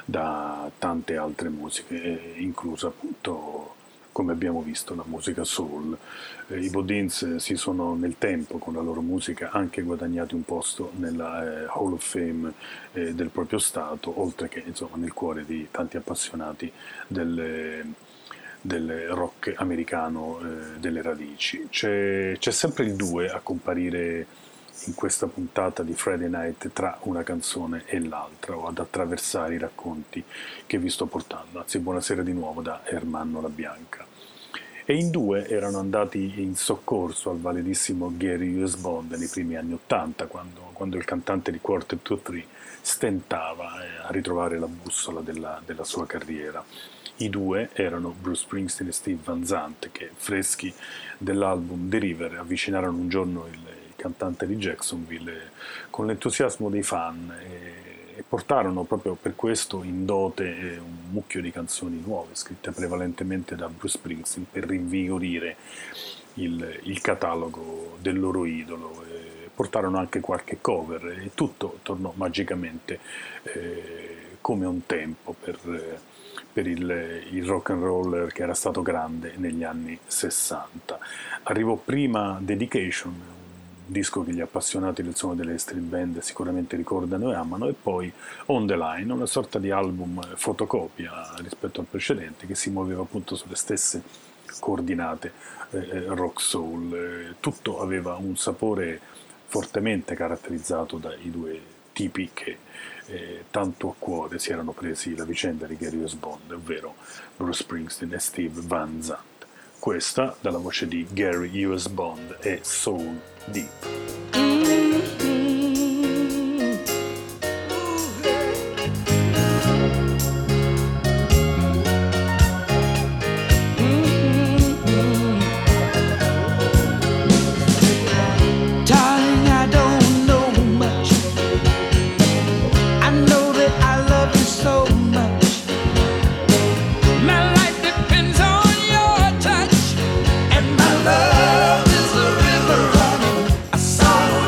da tante altre musiche, eh, inclusa appunto, come abbiamo visto, la musica soul. Eh, I Bodins si sono nel tempo, con la loro musica, anche guadagnati un posto nella eh, Hall of Fame eh, del proprio stato, oltre che insomma nel cuore di tanti appassionati del, del rock americano eh, delle radici. C'è, c'è sempre il due a comparire in questa puntata di Friday Night tra una canzone e l'altra, o ad attraversare i racconti che vi sto portando. Anzi, buonasera di nuovo da Ermanno La Bianca. E in due erano andati in soccorso al validissimo Gary U S. Bond nei primi anni Ottanta, quando, quando il cantante di Quartet two three stentava eh, a ritrovare la bussola della, della sua carriera. I due erano Bruce Springsteen e Steve Van Zandt, che, freschi dell'album The River, avvicinarono un giorno il cantante di Jacksonville con l'entusiasmo dei fan e, e portarono proprio per questo in dote un mucchio di canzoni nuove scritte prevalentemente da Bruce Springsteen per rinvigorire il, il catalogo del loro idolo. E portarono anche qualche cover e tutto tornò magicamente eh, come un tempo per, per il, il rock and roll che era stato grande negli anni sessanta. Arrivò prima Dedication, disco che gli appassionati del suono delle street band sicuramente ricordano e amano, e poi On the Line, una sorta di album fotocopia rispetto al precedente, che si muoveva appunto sulle stesse coordinate eh, rock soul. Eh, tutto aveva un sapore fortemente caratterizzato dai due tipi che eh, tanto a cuore si erano presi la vicenda di Gary U S. Bond, ovvero Bruce Springsteen e Steve Van Zandt. Questa, dalla voce di Gary U S. Bond, è Soul Deep. Darling, I don't know much. I know that I love you so much. My life depends on your touch, and my love is a river running, a song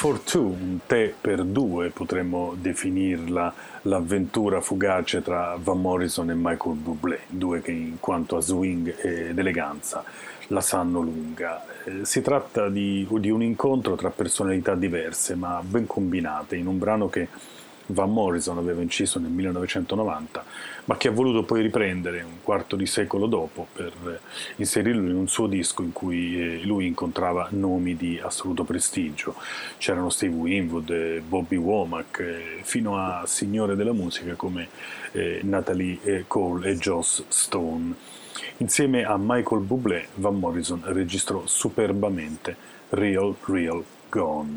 for Two, un tè per due, potremmo definirla l'avventura fugace tra Van Morrison e Michael Bublé, due che in quanto a swing ed eleganza la sanno lunga. Eh, si tratta di, di un incontro tra personalità diverse ma ben combinate, in un brano che Van Morrison aveva inciso nel millenovecentonovanta, ma che ha voluto poi riprendere un quarto di secolo dopo per inserirlo in un suo disco in cui lui incontrava nomi di assoluto prestigio. C'erano Steve Winwood, Bobby Womack, fino a signore della musica come Natalie Cole e Joss Stone. Insieme a Michael Bublé, Van Morrison registrò superbamente Real Real Gone.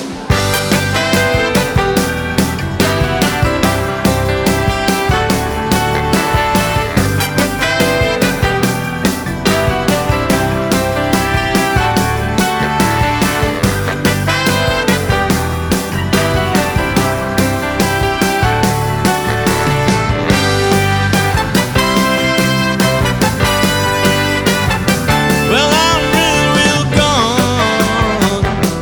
Well, I'm real, real gone.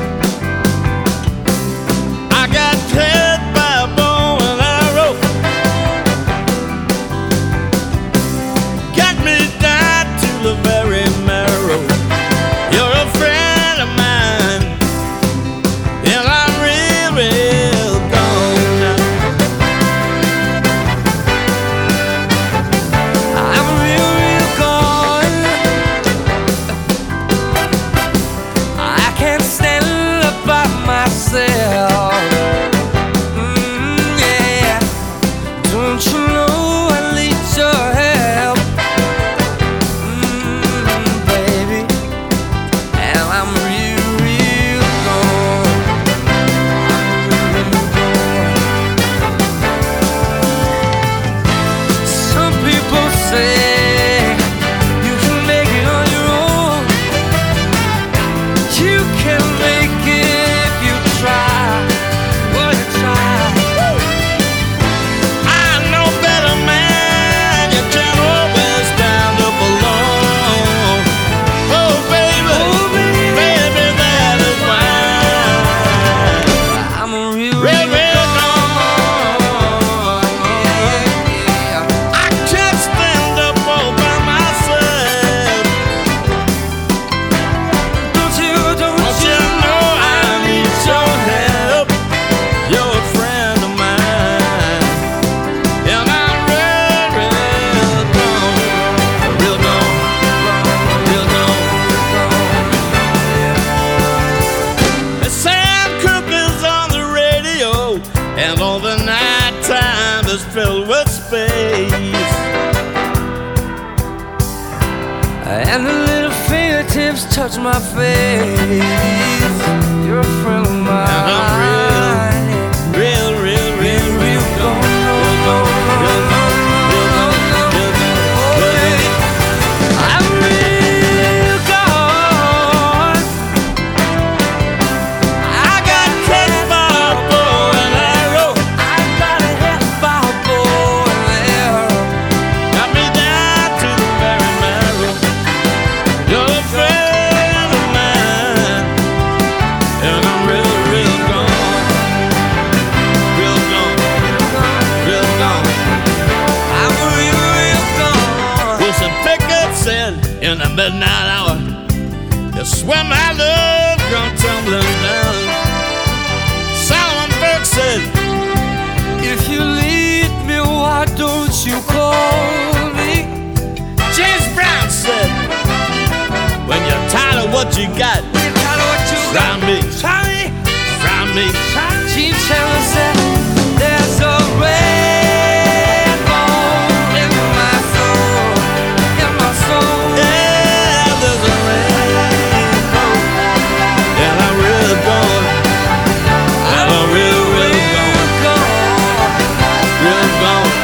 filled with space. And the little fingertips touch my face. You're a friend of mine. And I'm real, real, real, real, real gone. Real gone, real gone, real gone, real gone, real gone. I'm real gone. I got kicked by a bow and arrow. I got hit by a bow and arrow. Got me down to the very marrow. You're a friend of mine. And I'm real, real gone. Real gone. Real gone. I'm real, real gone. Wilson Pickett said in the midnight hour, you swear my love come tumbling down. Solomon Burke said, if you leave me, why don't you call me? James Brown said, when you're tired of what you got, try me, try me, try me. Gene Chandler said, there's a red bone in my soul, in my soul. Yeah, there's a red bone, and I'm real gone. I'm real, real gone, real gone,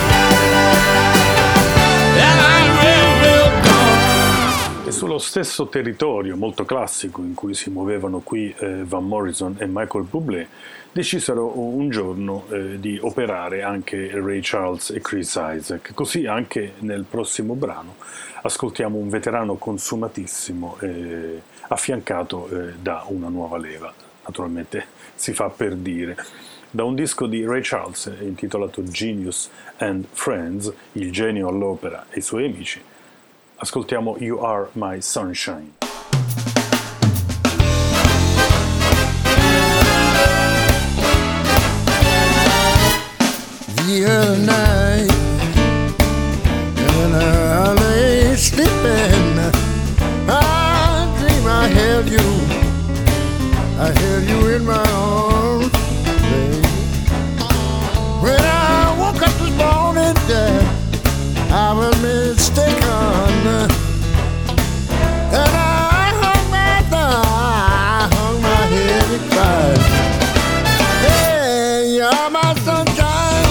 and I'm real, real gone. E sullo stesso territorio molto classico in cui si muovevano qui eh, Van Morrison e Michael Bublé, decisero un giorno eh, di operare anche Ray Charles e Chris Isaak. Così anche nel prossimo brano ascoltiamo un veterano consumatissimo eh, affiancato eh, da una nuova leva. naturalmente si fa per dire. Da un disco di Ray Charles intitolato Genius and Friends, il genio all'opera e i suoi amici, ascoltiamo You Are My Sunshine. The other night, when I lay sleeping, I dream I held you, I held you in my arms, baby. When I woke up this morning, Dad, I was mistaken, and I hung my thigh, I hung my head and cried. Hey, you're my sunshine.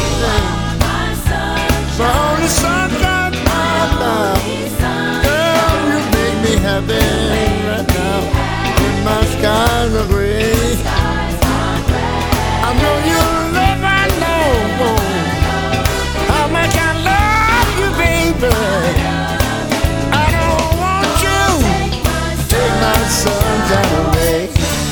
My only sunshine, my love. Girl, you make me happy right now. When my skies are gray, I know you'll never know how much I love you, baby. I don't want you to take my sunshine away.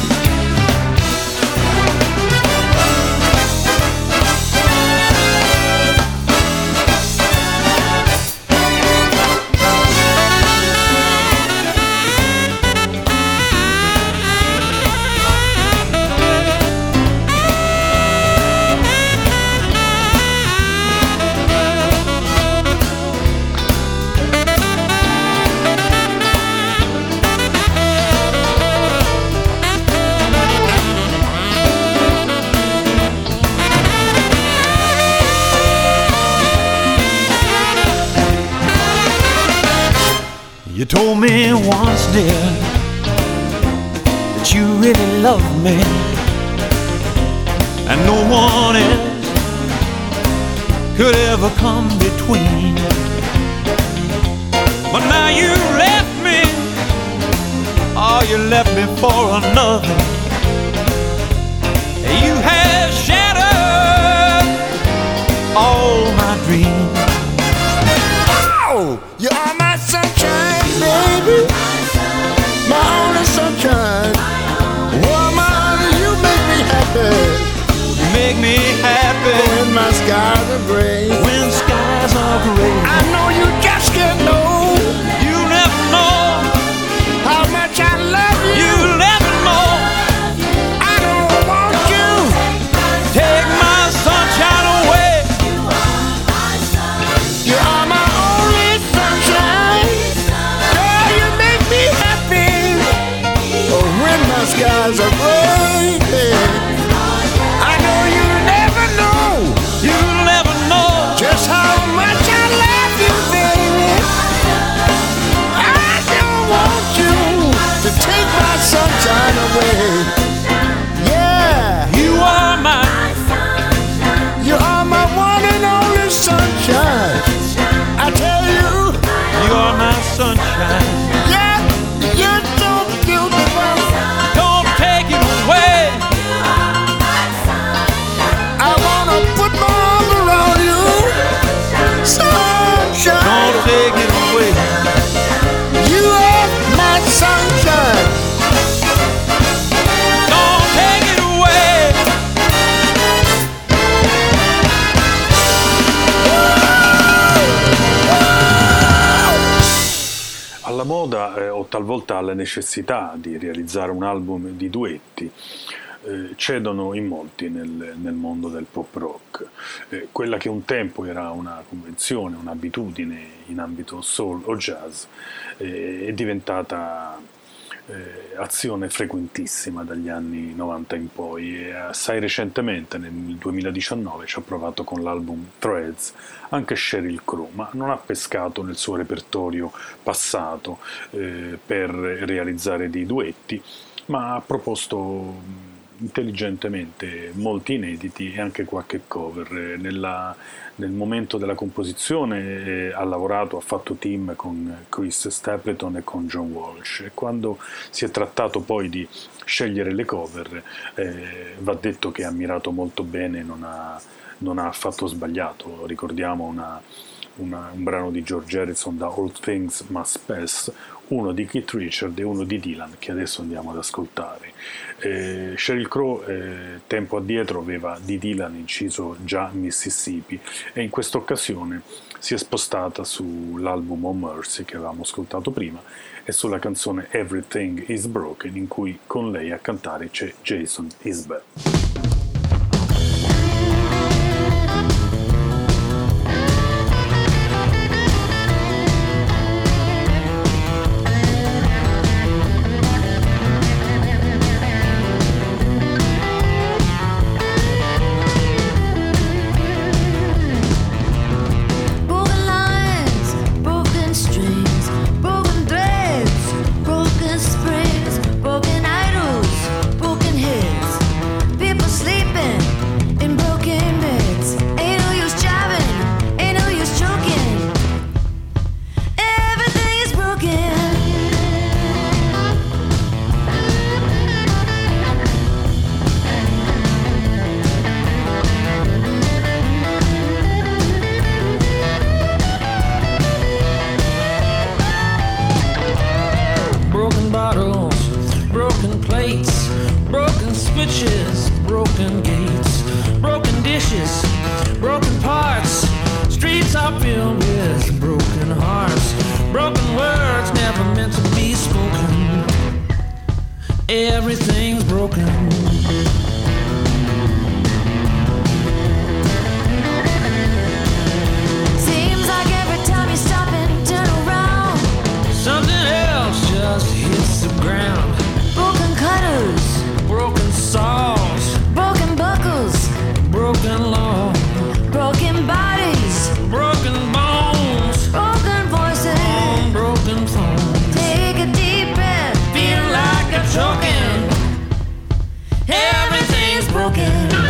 You told me once, dear, that you really loved me, and no one else could ever come between. But now you left me, oh, you left me for another. You have shattered all my dreams. Oh, you are my sunshine, baby, my only sunshine. Woman, you make me happy. You make me happy when my skies are gray. When skies are gray, I know you just can't know. You never know how much I love you. You never know. I don't want you take my sunshine away. You are my only sunshine. Girl, you make me happy. Oh, when my skies are gray, I know you never know. You never know just how much I love you, baby. I don't want you to take my sunshine away. Yeah, you are my, you are my one and only sunshine. I tell you, you are my sunshine. yeah, you're so beautiful. Don't take it away. I wanna put my arm around you, sunshine. Don't take it away. You are my sunshine. Don't take it away. Alla moda eh, o talvolta alla necessità di realizzare un album di duetti eh, cedono in molti nel, nel mondo del pop rock. Eh, quella che un tempo era una convenzione, un'abitudine in ambito soul o jazz eh, è diventata eh, azione frequentissima dagli anni novanta in poi, e assai recentemente, nel duemiladiciannove, ci ha provato con l'album Threads anche Sheryl Crow, ma non ha pescato nel suo repertorio passato eh, per realizzare dei duetti, ma ha proposto intelligentemente molti inediti e anche qualche cover. Nella, nel momento della composizione eh, ha lavorato, ha fatto team con Chris Stapleton e con John Walsh, e quando si è trattato poi di scegliere le cover eh, va detto che ha mirato molto bene, non ha, non ha affatto sbagliato. Ricordiamo una, una, un brano di George Harrison da All Things Must Pass, uno di Keith Richards e uno di Dylan, che adesso andiamo ad ascoltare. Eh, Sheryl Crow eh, tempo addietro aveva di Dylan inciso già Mississippi, e in questa occasione si è spostata sull'album Oh Mercy che avevamo ascoltato prima e sulla canzone Everything is Broken, in cui con lei a cantare c'è Jason Isbell. Broken idols, broken heads, people sleeping in broken beds. Ain't no use driving, ain't no use choking. Everything is broken. Broken bottles, broken plates, broken switches, broken gates, broken dishes, broken parts. Streets are filled with broken hearts, broken words never meant to be spoken. Everything's broken. Seems like every time you stop and turn around, Something else just hits the ground. broken cutters, Broken saws, broken buckles, broken law, broken bodies, broken bones, broken voices. on broken phones. Take a deep breath, Feel like I'm choking. everything's broken.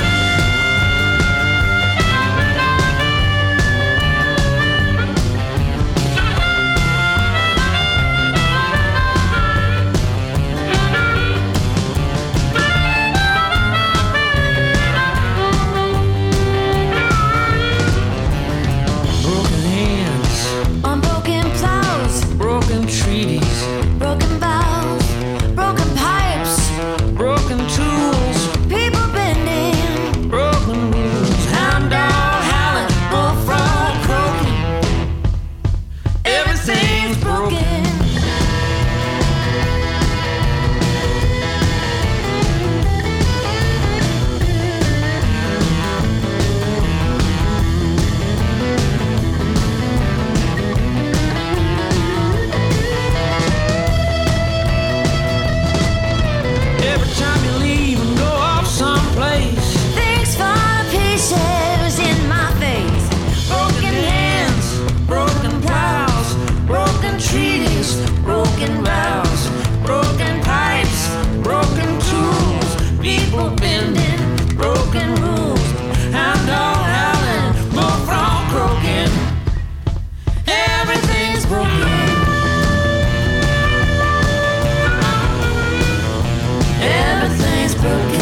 Broken hands, On broken plows, broken treaties, broken bows, broken pipes, broken tools, people bending, broken rules. Hound dog howling, bullfrog croaking. Everything's broken. Every time you leave and go off someplace. things fall to pieces in my face. Broken hands, broken plows, broken treaties, broken vows, broken pipes, broken tools, people bending, broken rules. Hound dog howling, bullfrog croaking. Everything's broken. Everything's broken.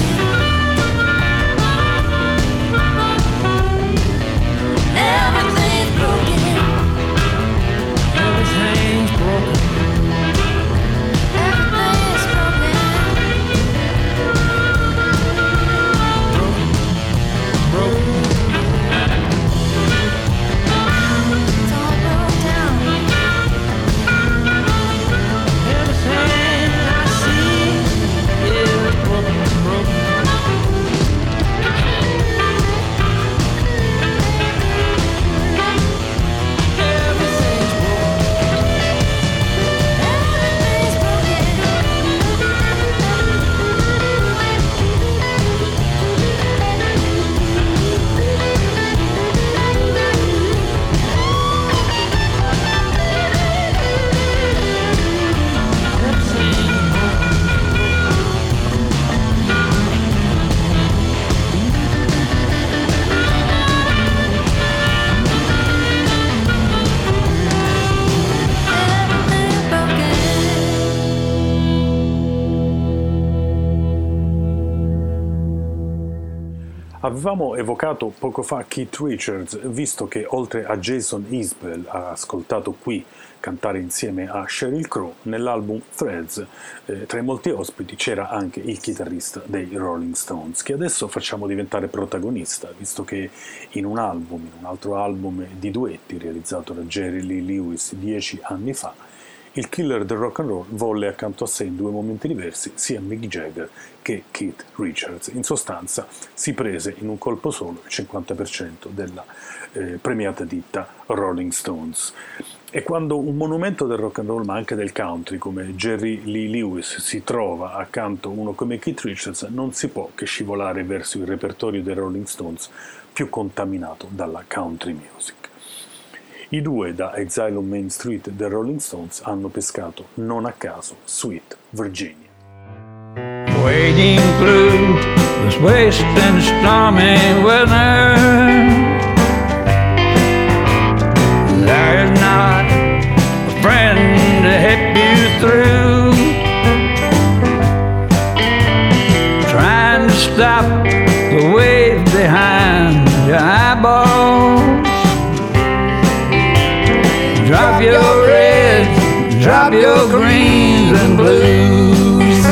Everything's broken. Everything's broken. Everything's broken. Broken. Avevamo evocato poco fa Keith Richards, visto che oltre a Jason Isbell, ascoltato qui cantare insieme a Sheryl Crow, nell'album Threads, eh, tra i molti ospiti c'era anche il chitarrista dei Rolling Stones, che adesso facciamo diventare protagonista, visto che in un album, in un altro album di duetti realizzato da Jerry Lee Lewis dieci anni fa, il killer del rock and roll volle accanto a sé in due momenti diversi sia Mick Jagger che Keith Richards. In sostanza si prese in un colpo solo il cinquanta per cento della eh, premiata ditta Rolling Stones. E quando un monumento del rock and roll, ma anche del country, come Jerry Lee Lewis, si trova accanto a uno come Keith Richards, non si può che scivolare verso il repertorio dei Rolling Stones più contaminato dalla country music. I due da Exile on Main Street dei Rolling Stones hanno pescato non a caso Sweet Virginia. Wading through this waste and stormy weather, there's not a friend to help you through. Trying to stop the wave behind your eyeballs. Drop your reds, drop your greens and blues.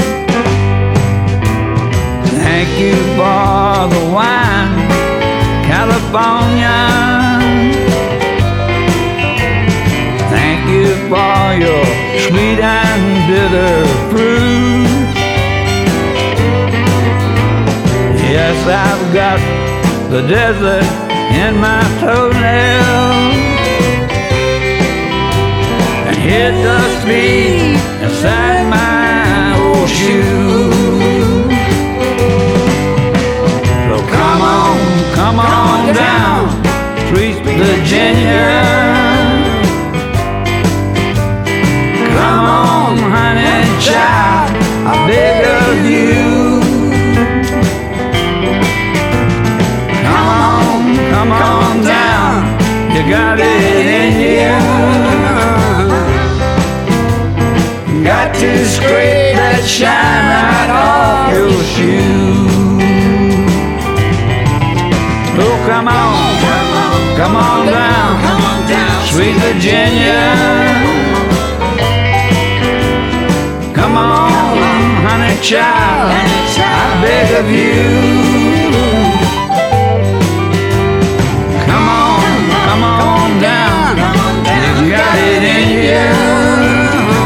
Thank you for the wine, California. Thank you for your sweet and bitter fruit. Yes, I've got the desert in my toenails. Hit the speed inside my old shoe. So come on, come on down, sweet Virginia. Come on, honey child, I beg of you. Come on, come on down, you got it in you. Got to scrape that shine right off your shoe. Oh, come on, come on down, sweet Virginia. Come on, honey child, I beg of you. Come on, come on down, you got it in you.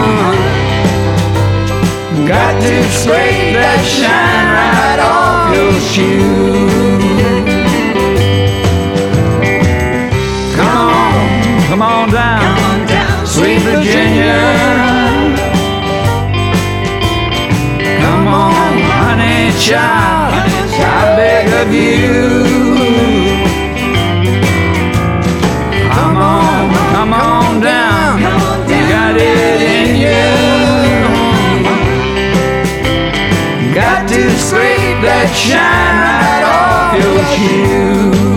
Got to scrape that shine right off your shoe. Come on, come on down, come on down sweet Virginia. Come on, honey child, I beg of you. Come on, come on down, you got it in you. Got to scrape that shine right off your shoe.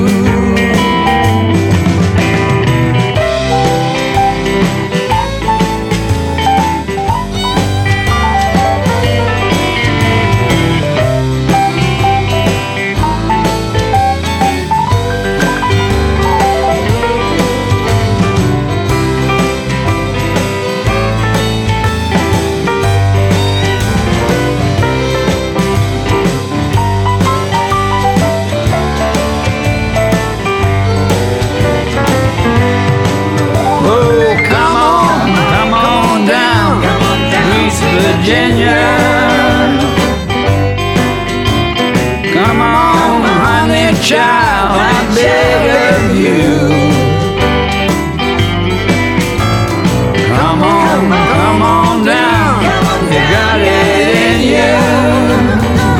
Virginia, come on, honey child, I beg of you. Come on, come on down, you got it in you.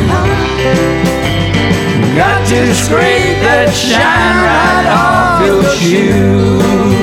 Got to scrape that shine right off your shoe.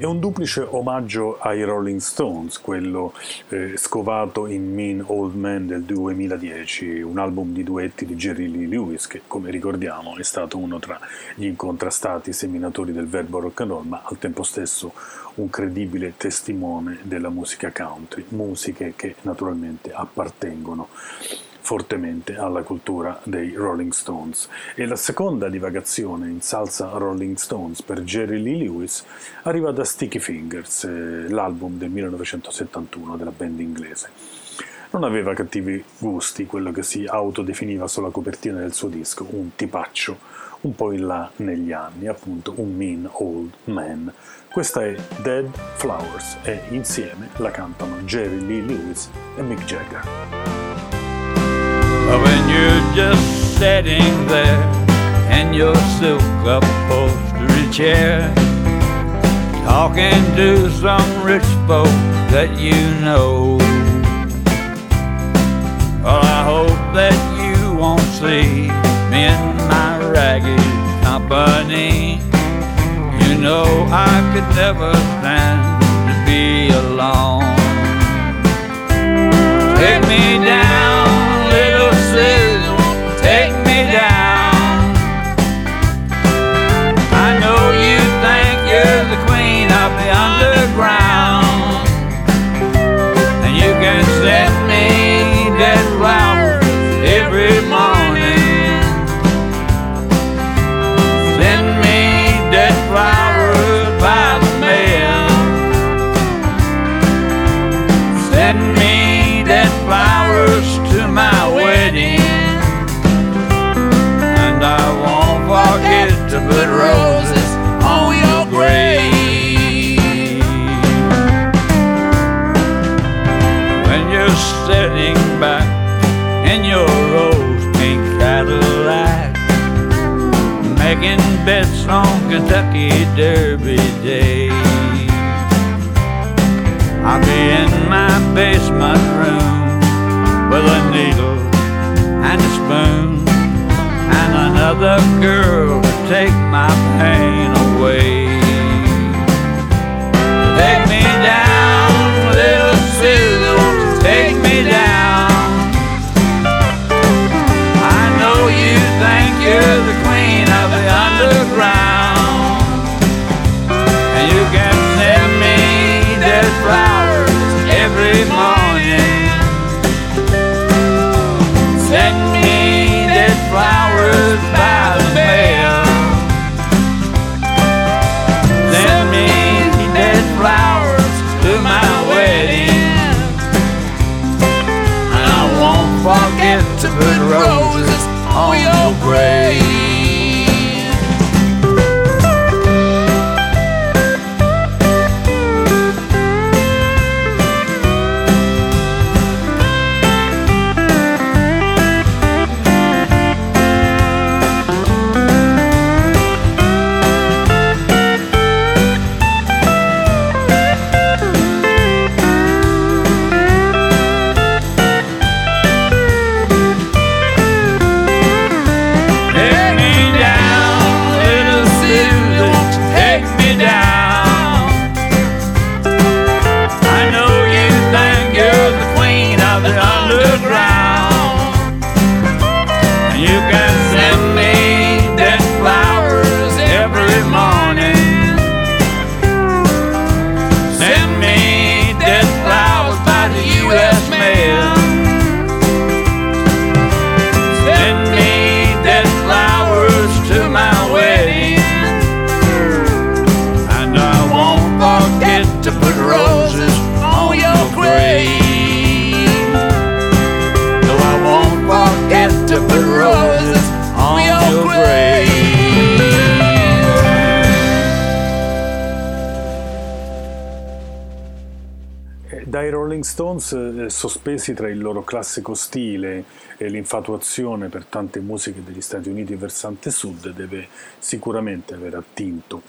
È un duplice omaggio ai Rolling Stones, quello eh, scovato in Mean Old Man del duemiladieci, un album di duetti di Jerry Lee Lewis che, come ricordiamo, è stato uno tra gli incontrastati seminatori del verbo rock and roll, ma al tempo stesso un credibile testimone della musica country, musiche che naturalmente appartengono fortemente alla cultura dei Rolling Stones. E la seconda divagazione in salsa Rolling Stones per Jerry Lee Lewis arriva da Sticky Fingers, eh, l'album del millenovecentosettantuno della band inglese. Non aveva cattivi gusti, quello che si autodefiniva sulla copertina del suo disco, un tipaccio un po' in là negli anni, appunto un mean old man. Questa è Dead Flowers e insieme la cantano Jerry Lee Lewis e Mick Jagger. When you're just sitting there in your silk upholstery chair, talking to some rich folk that you know. Well, I hope that you won't see me in my ragged company. You know I could never stand to be alone. Take me down, little Sue, take me down. I know you think you're the queen of the underground, and you can send me dead flowers every morning. Send me dead flowers by the mail. Send me dead flowers to my wedding, and I won't forget to put roses on your grave. When you're sitting back in your rose pink Cadillac, making bets on Kentucky Derby Day, I'll be in my basement room with a needle and a spoon and another girl to take my pain away. Take me down, little Sue, take me down. I know you think you're the queen of the underground, and you can send me dead flowers every morning. Send me dead flowers by the mail. Send me dead flowers to my wedding, and I won't forget to put roses on your grave. Dai Rolling Stones, eh, sospesi tra il loro classico stile e l'infatuazione per tante musiche degli Stati Uniti versante sud, deve sicuramente aver attinto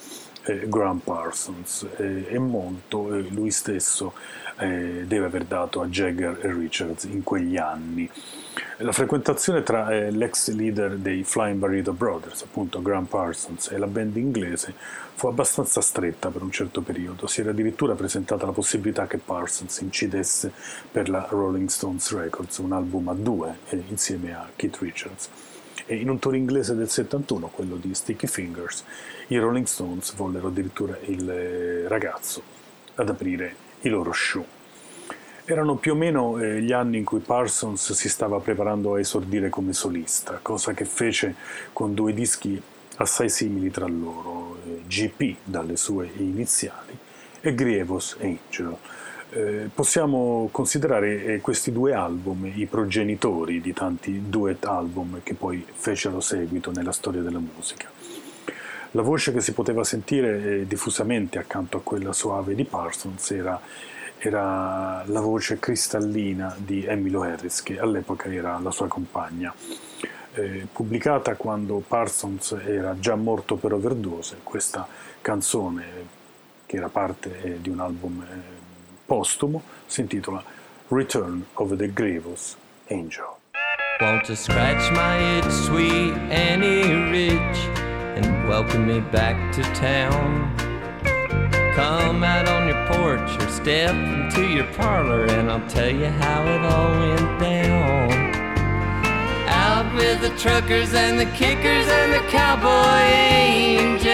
eh, Graham Parsons eh, e molto eh, lui stesso eh, deve aver dato a Jagger e Richards in quegli anni. La frequentazione tra eh, l'ex leader dei Flying Burrito Brothers, appunto Graham Parsons, e la band inglese fu abbastanza stretta per un certo periodo. Si era addirittura presentata la possibilità che Parsons incidesse per la Rolling Stones Records un album a due eh, insieme a Keith Richards. E in un tour inglese del settantuno, quello di Sticky Fingers, i Rolling Stones vollero addirittura il eh, ragazzo ad aprire i loro show. Erano più o meno eh, gli anni in cui Parsons si stava preparando a esordire come solista, cosa che fece con due dischi assai simili tra loro, eh, G P dalle sue iniziali e Grievous Angel. Eh, possiamo considerare eh, questi due album i progenitori di tanti duet album che poi fecero seguito nella storia della musica. La voce che si poteva sentire eh, diffusamente accanto a quella soave di Parsons era era la voce cristallina di Emmylou Harris, che all'epoca era la sua compagna. Eh, pubblicata quando Parsons era già morto per overdose, questa canzone, che era parte eh, di un album eh, postumo, si intitola Return of the Grievous Angel. Want to scratch my itch, sweet Annie Rich, and welcome me back to town. Come out on your porch or step into your parlor and I'll tell you how it all went down. Out with the truckers and the kickers and the cowboy angels,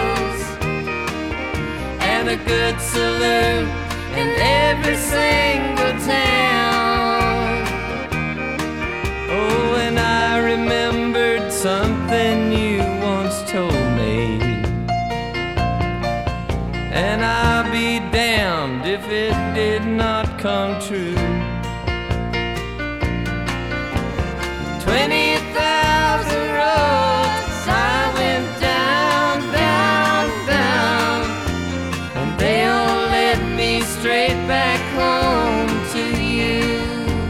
and a good saloon in every single town. Oh, and I remembered something you once told me, and I'll be damned if it did not come true. Twenty thousand roads I went down, down, down, and they all led me straight back home to you.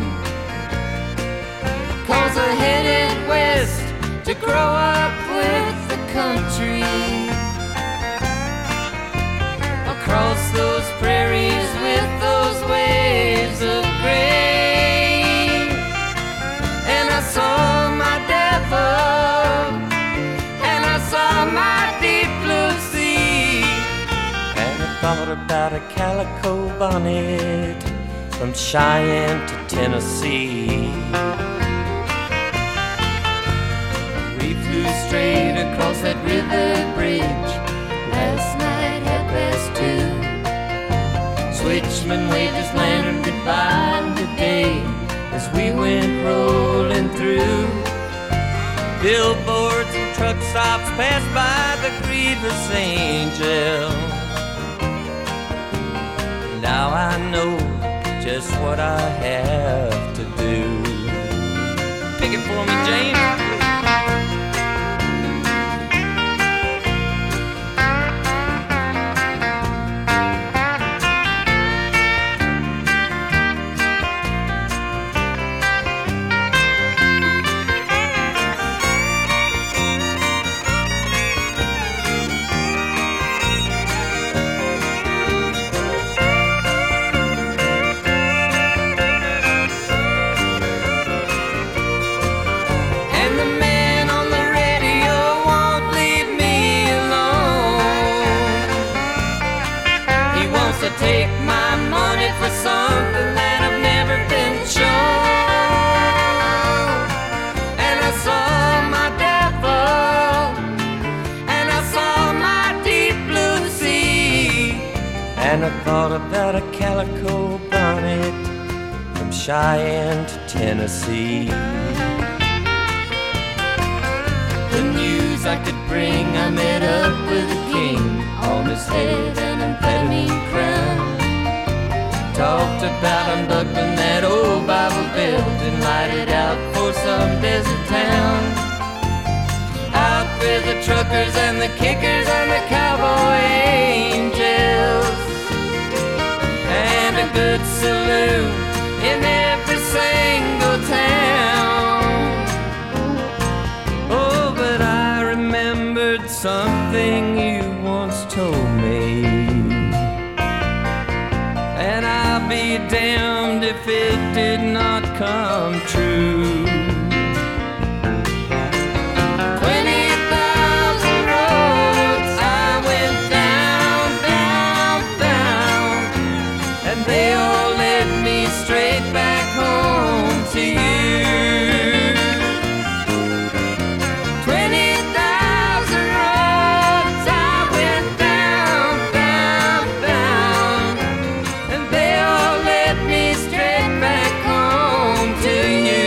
'Cause I headed west to grow up with the country, across those prairies with those waves of grain. And I saw my devil, and I saw my deep blue sea, and I thought about a calico bonnet from Cheyenne to Tennessee. We flew straight across that river bridge last night at past two. Switchman waved his lantern goodbye today as we went rolling through. Billboards and truck stops passed by the Grievous Angel. Now I know just what I have to do. Pick it for me, James. Take my money for something that I've never been shown. And I saw my devil, and I saw my deep blue sea, and I thought about a calico bonnet from Cheyenne to Tennessee. The news I could bring, I met up with the king on his head and amphetamine crown. Talked about unbuckling that old Bible belt and lighted out for some desert town. Out with the truckers and the kickers and the cowboy angels, and a good saloon in every single town. Oh, but I remembered something you once told be damned if it did not come true. Twenty thousand roads I went down, down, down, and they all led me straight back home to you. Twenty thousand roads I went down, down, down, and they all led me straight back home to you.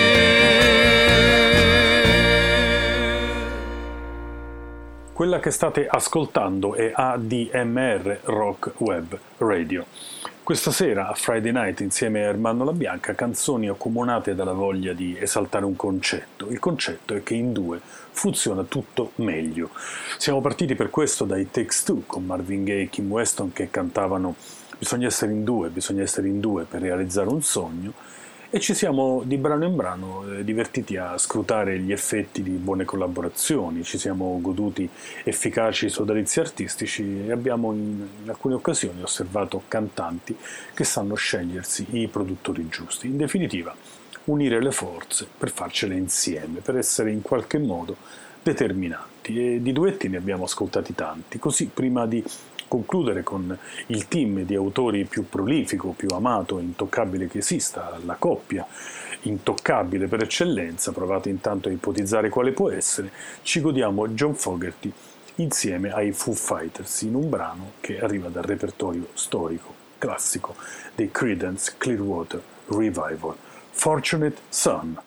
Quella che state ascoltando è A D M R Rock Web Radio. Questa sera a Friday Night insieme a Ermanno La Bianca, canzoni accomunate dalla voglia di esaltare un concetto. Il concetto è che in due funziona tutto meglio. Siamo partiti per questo dai Takes Two con Marvin Gaye e Kim Weston che cantavano bisogna essere in due, bisogna essere in due per realizzare un sogno, e ci siamo di brano in brano eh, divertiti a scrutare gli effetti di buone collaborazioni, ci siamo goduti efficaci sodalizi artistici e abbiamo in, in alcune occasioni osservato cantanti che sanno scegliersi i produttori giusti. In definitiva, unire le forze per farcele insieme, per essere in qualche modo determinanti, e di duetti ne abbiamo ascoltati tanti. Così, prima di concludere con il team di autori più prolifico, più amato e intoccabile che esista, la coppia intoccabile per eccellenza, provate intanto a ipotizzare quale può essere, ci godiamo John Fogerty insieme ai Foo Fighters in un brano che arriva dal repertorio storico, classico dei Creedence Clearwater Revival, Fortunate Son.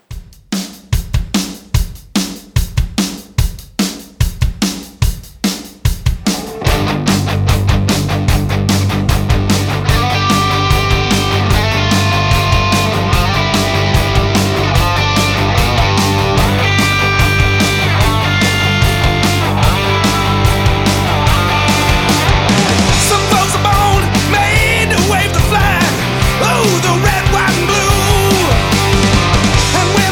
Some folks are born made to wave the flag. Oh, the red, white, and blue. And when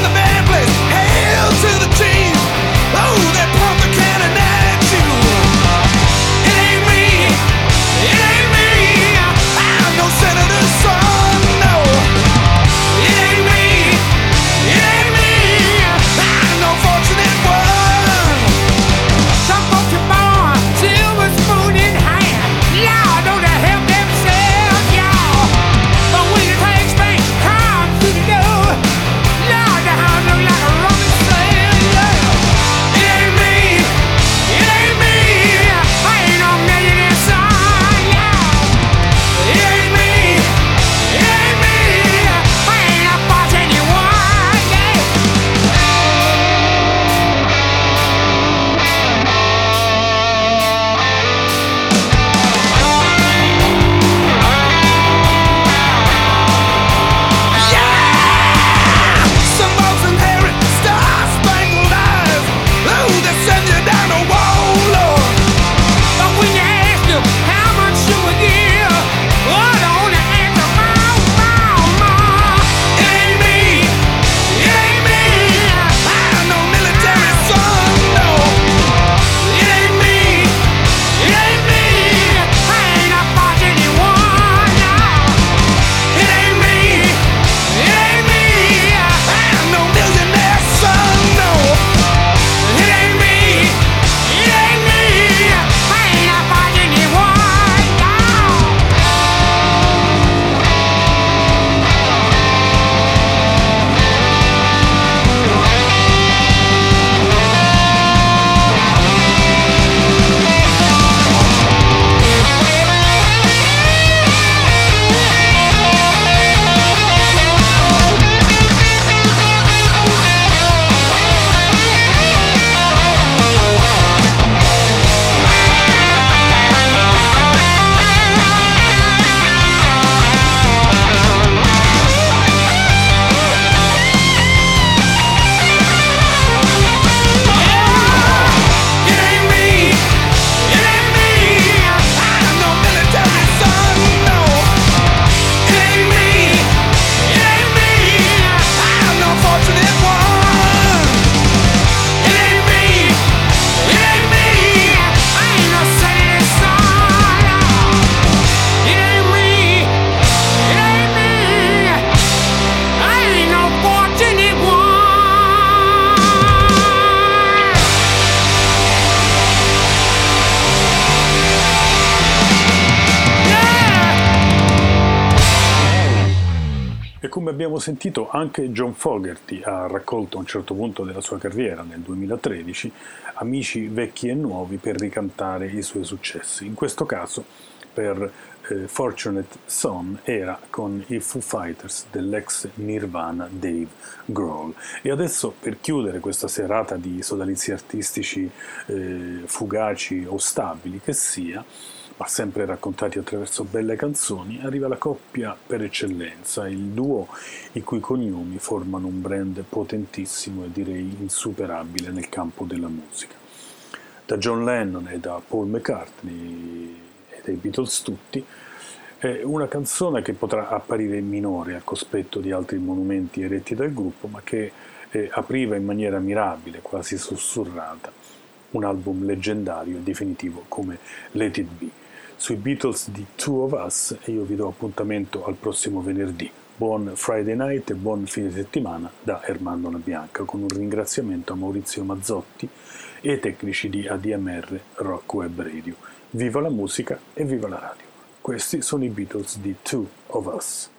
E come abbiamo sentito, anche John Fogerty ha raccolto a un certo punto della sua carriera, nel duemilatredici, amici vecchi e nuovi per ricantare i suoi successi. In questo caso, per eh, Fortunate Son, era con i Foo Fighters dell'ex Nirvana Dave Grohl. E adesso, per chiudere questa serata di sodalizi artistici eh, fugaci o stabili che sia, ma sempre raccontati attraverso belle canzoni, arriva la coppia per eccellenza, il duo i cui cognomi formano un brand potentissimo e direi insuperabile nel campo della musica. Da John Lennon e da Paul McCartney e dai Beatles tutti, è una canzone che potrà apparire minore a cospetto di altri monumenti eretti dal gruppo, ma che eh, apriva in maniera mirabile, quasi sussurrata, un album leggendario e definitivo come Let It Be. Sui Beatles di Two of Us, e io vi do appuntamento al prossimo venerdì. Buon Friday night e buon fine settimana da Ermanno La Bianca, con un ringraziamento a Maurizio Mazzotti e ai tecnici di A D M R Rock Web Radio. Viva la musica e viva la radio. Questi sono i Beatles di Two of Us.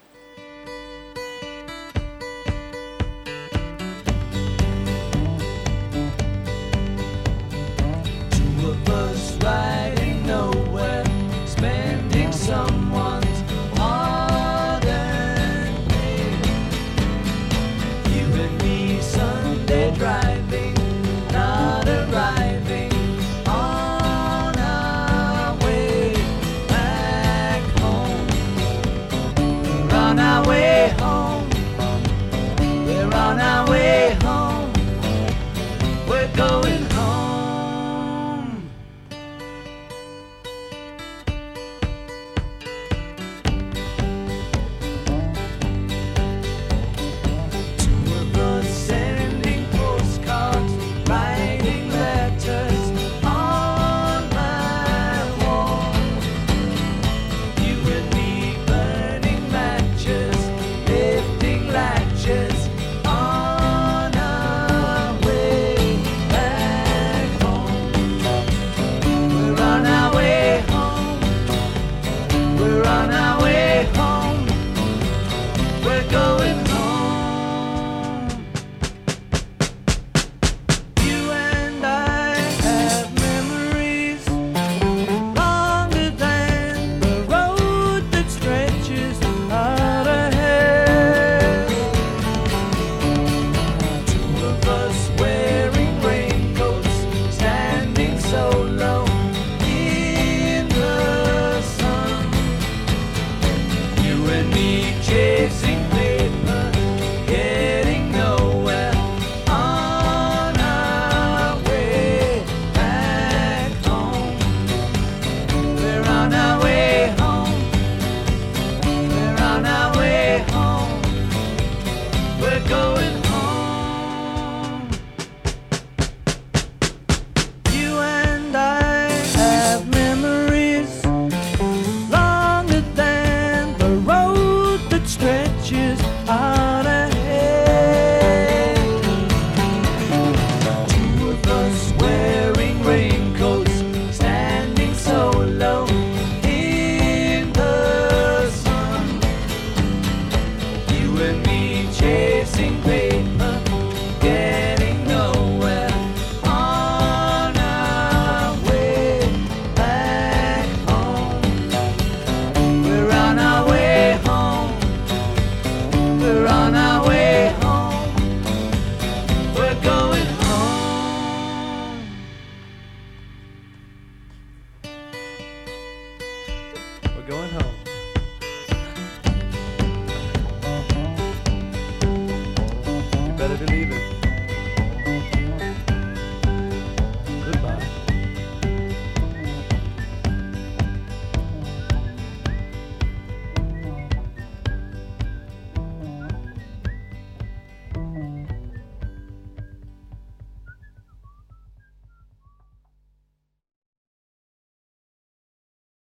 Two of us riding nowhere, spending someone's hard-earned day. You and me Sunday driving, not arriving on our way back home. We're on our way home. We're on our way home. We're going home. Sending postcards, writing letters on my wall. You and me burning matches, lifting latches on our way back home. We're on our way home. We're on our way home. We're going home. Going home. You better believe it.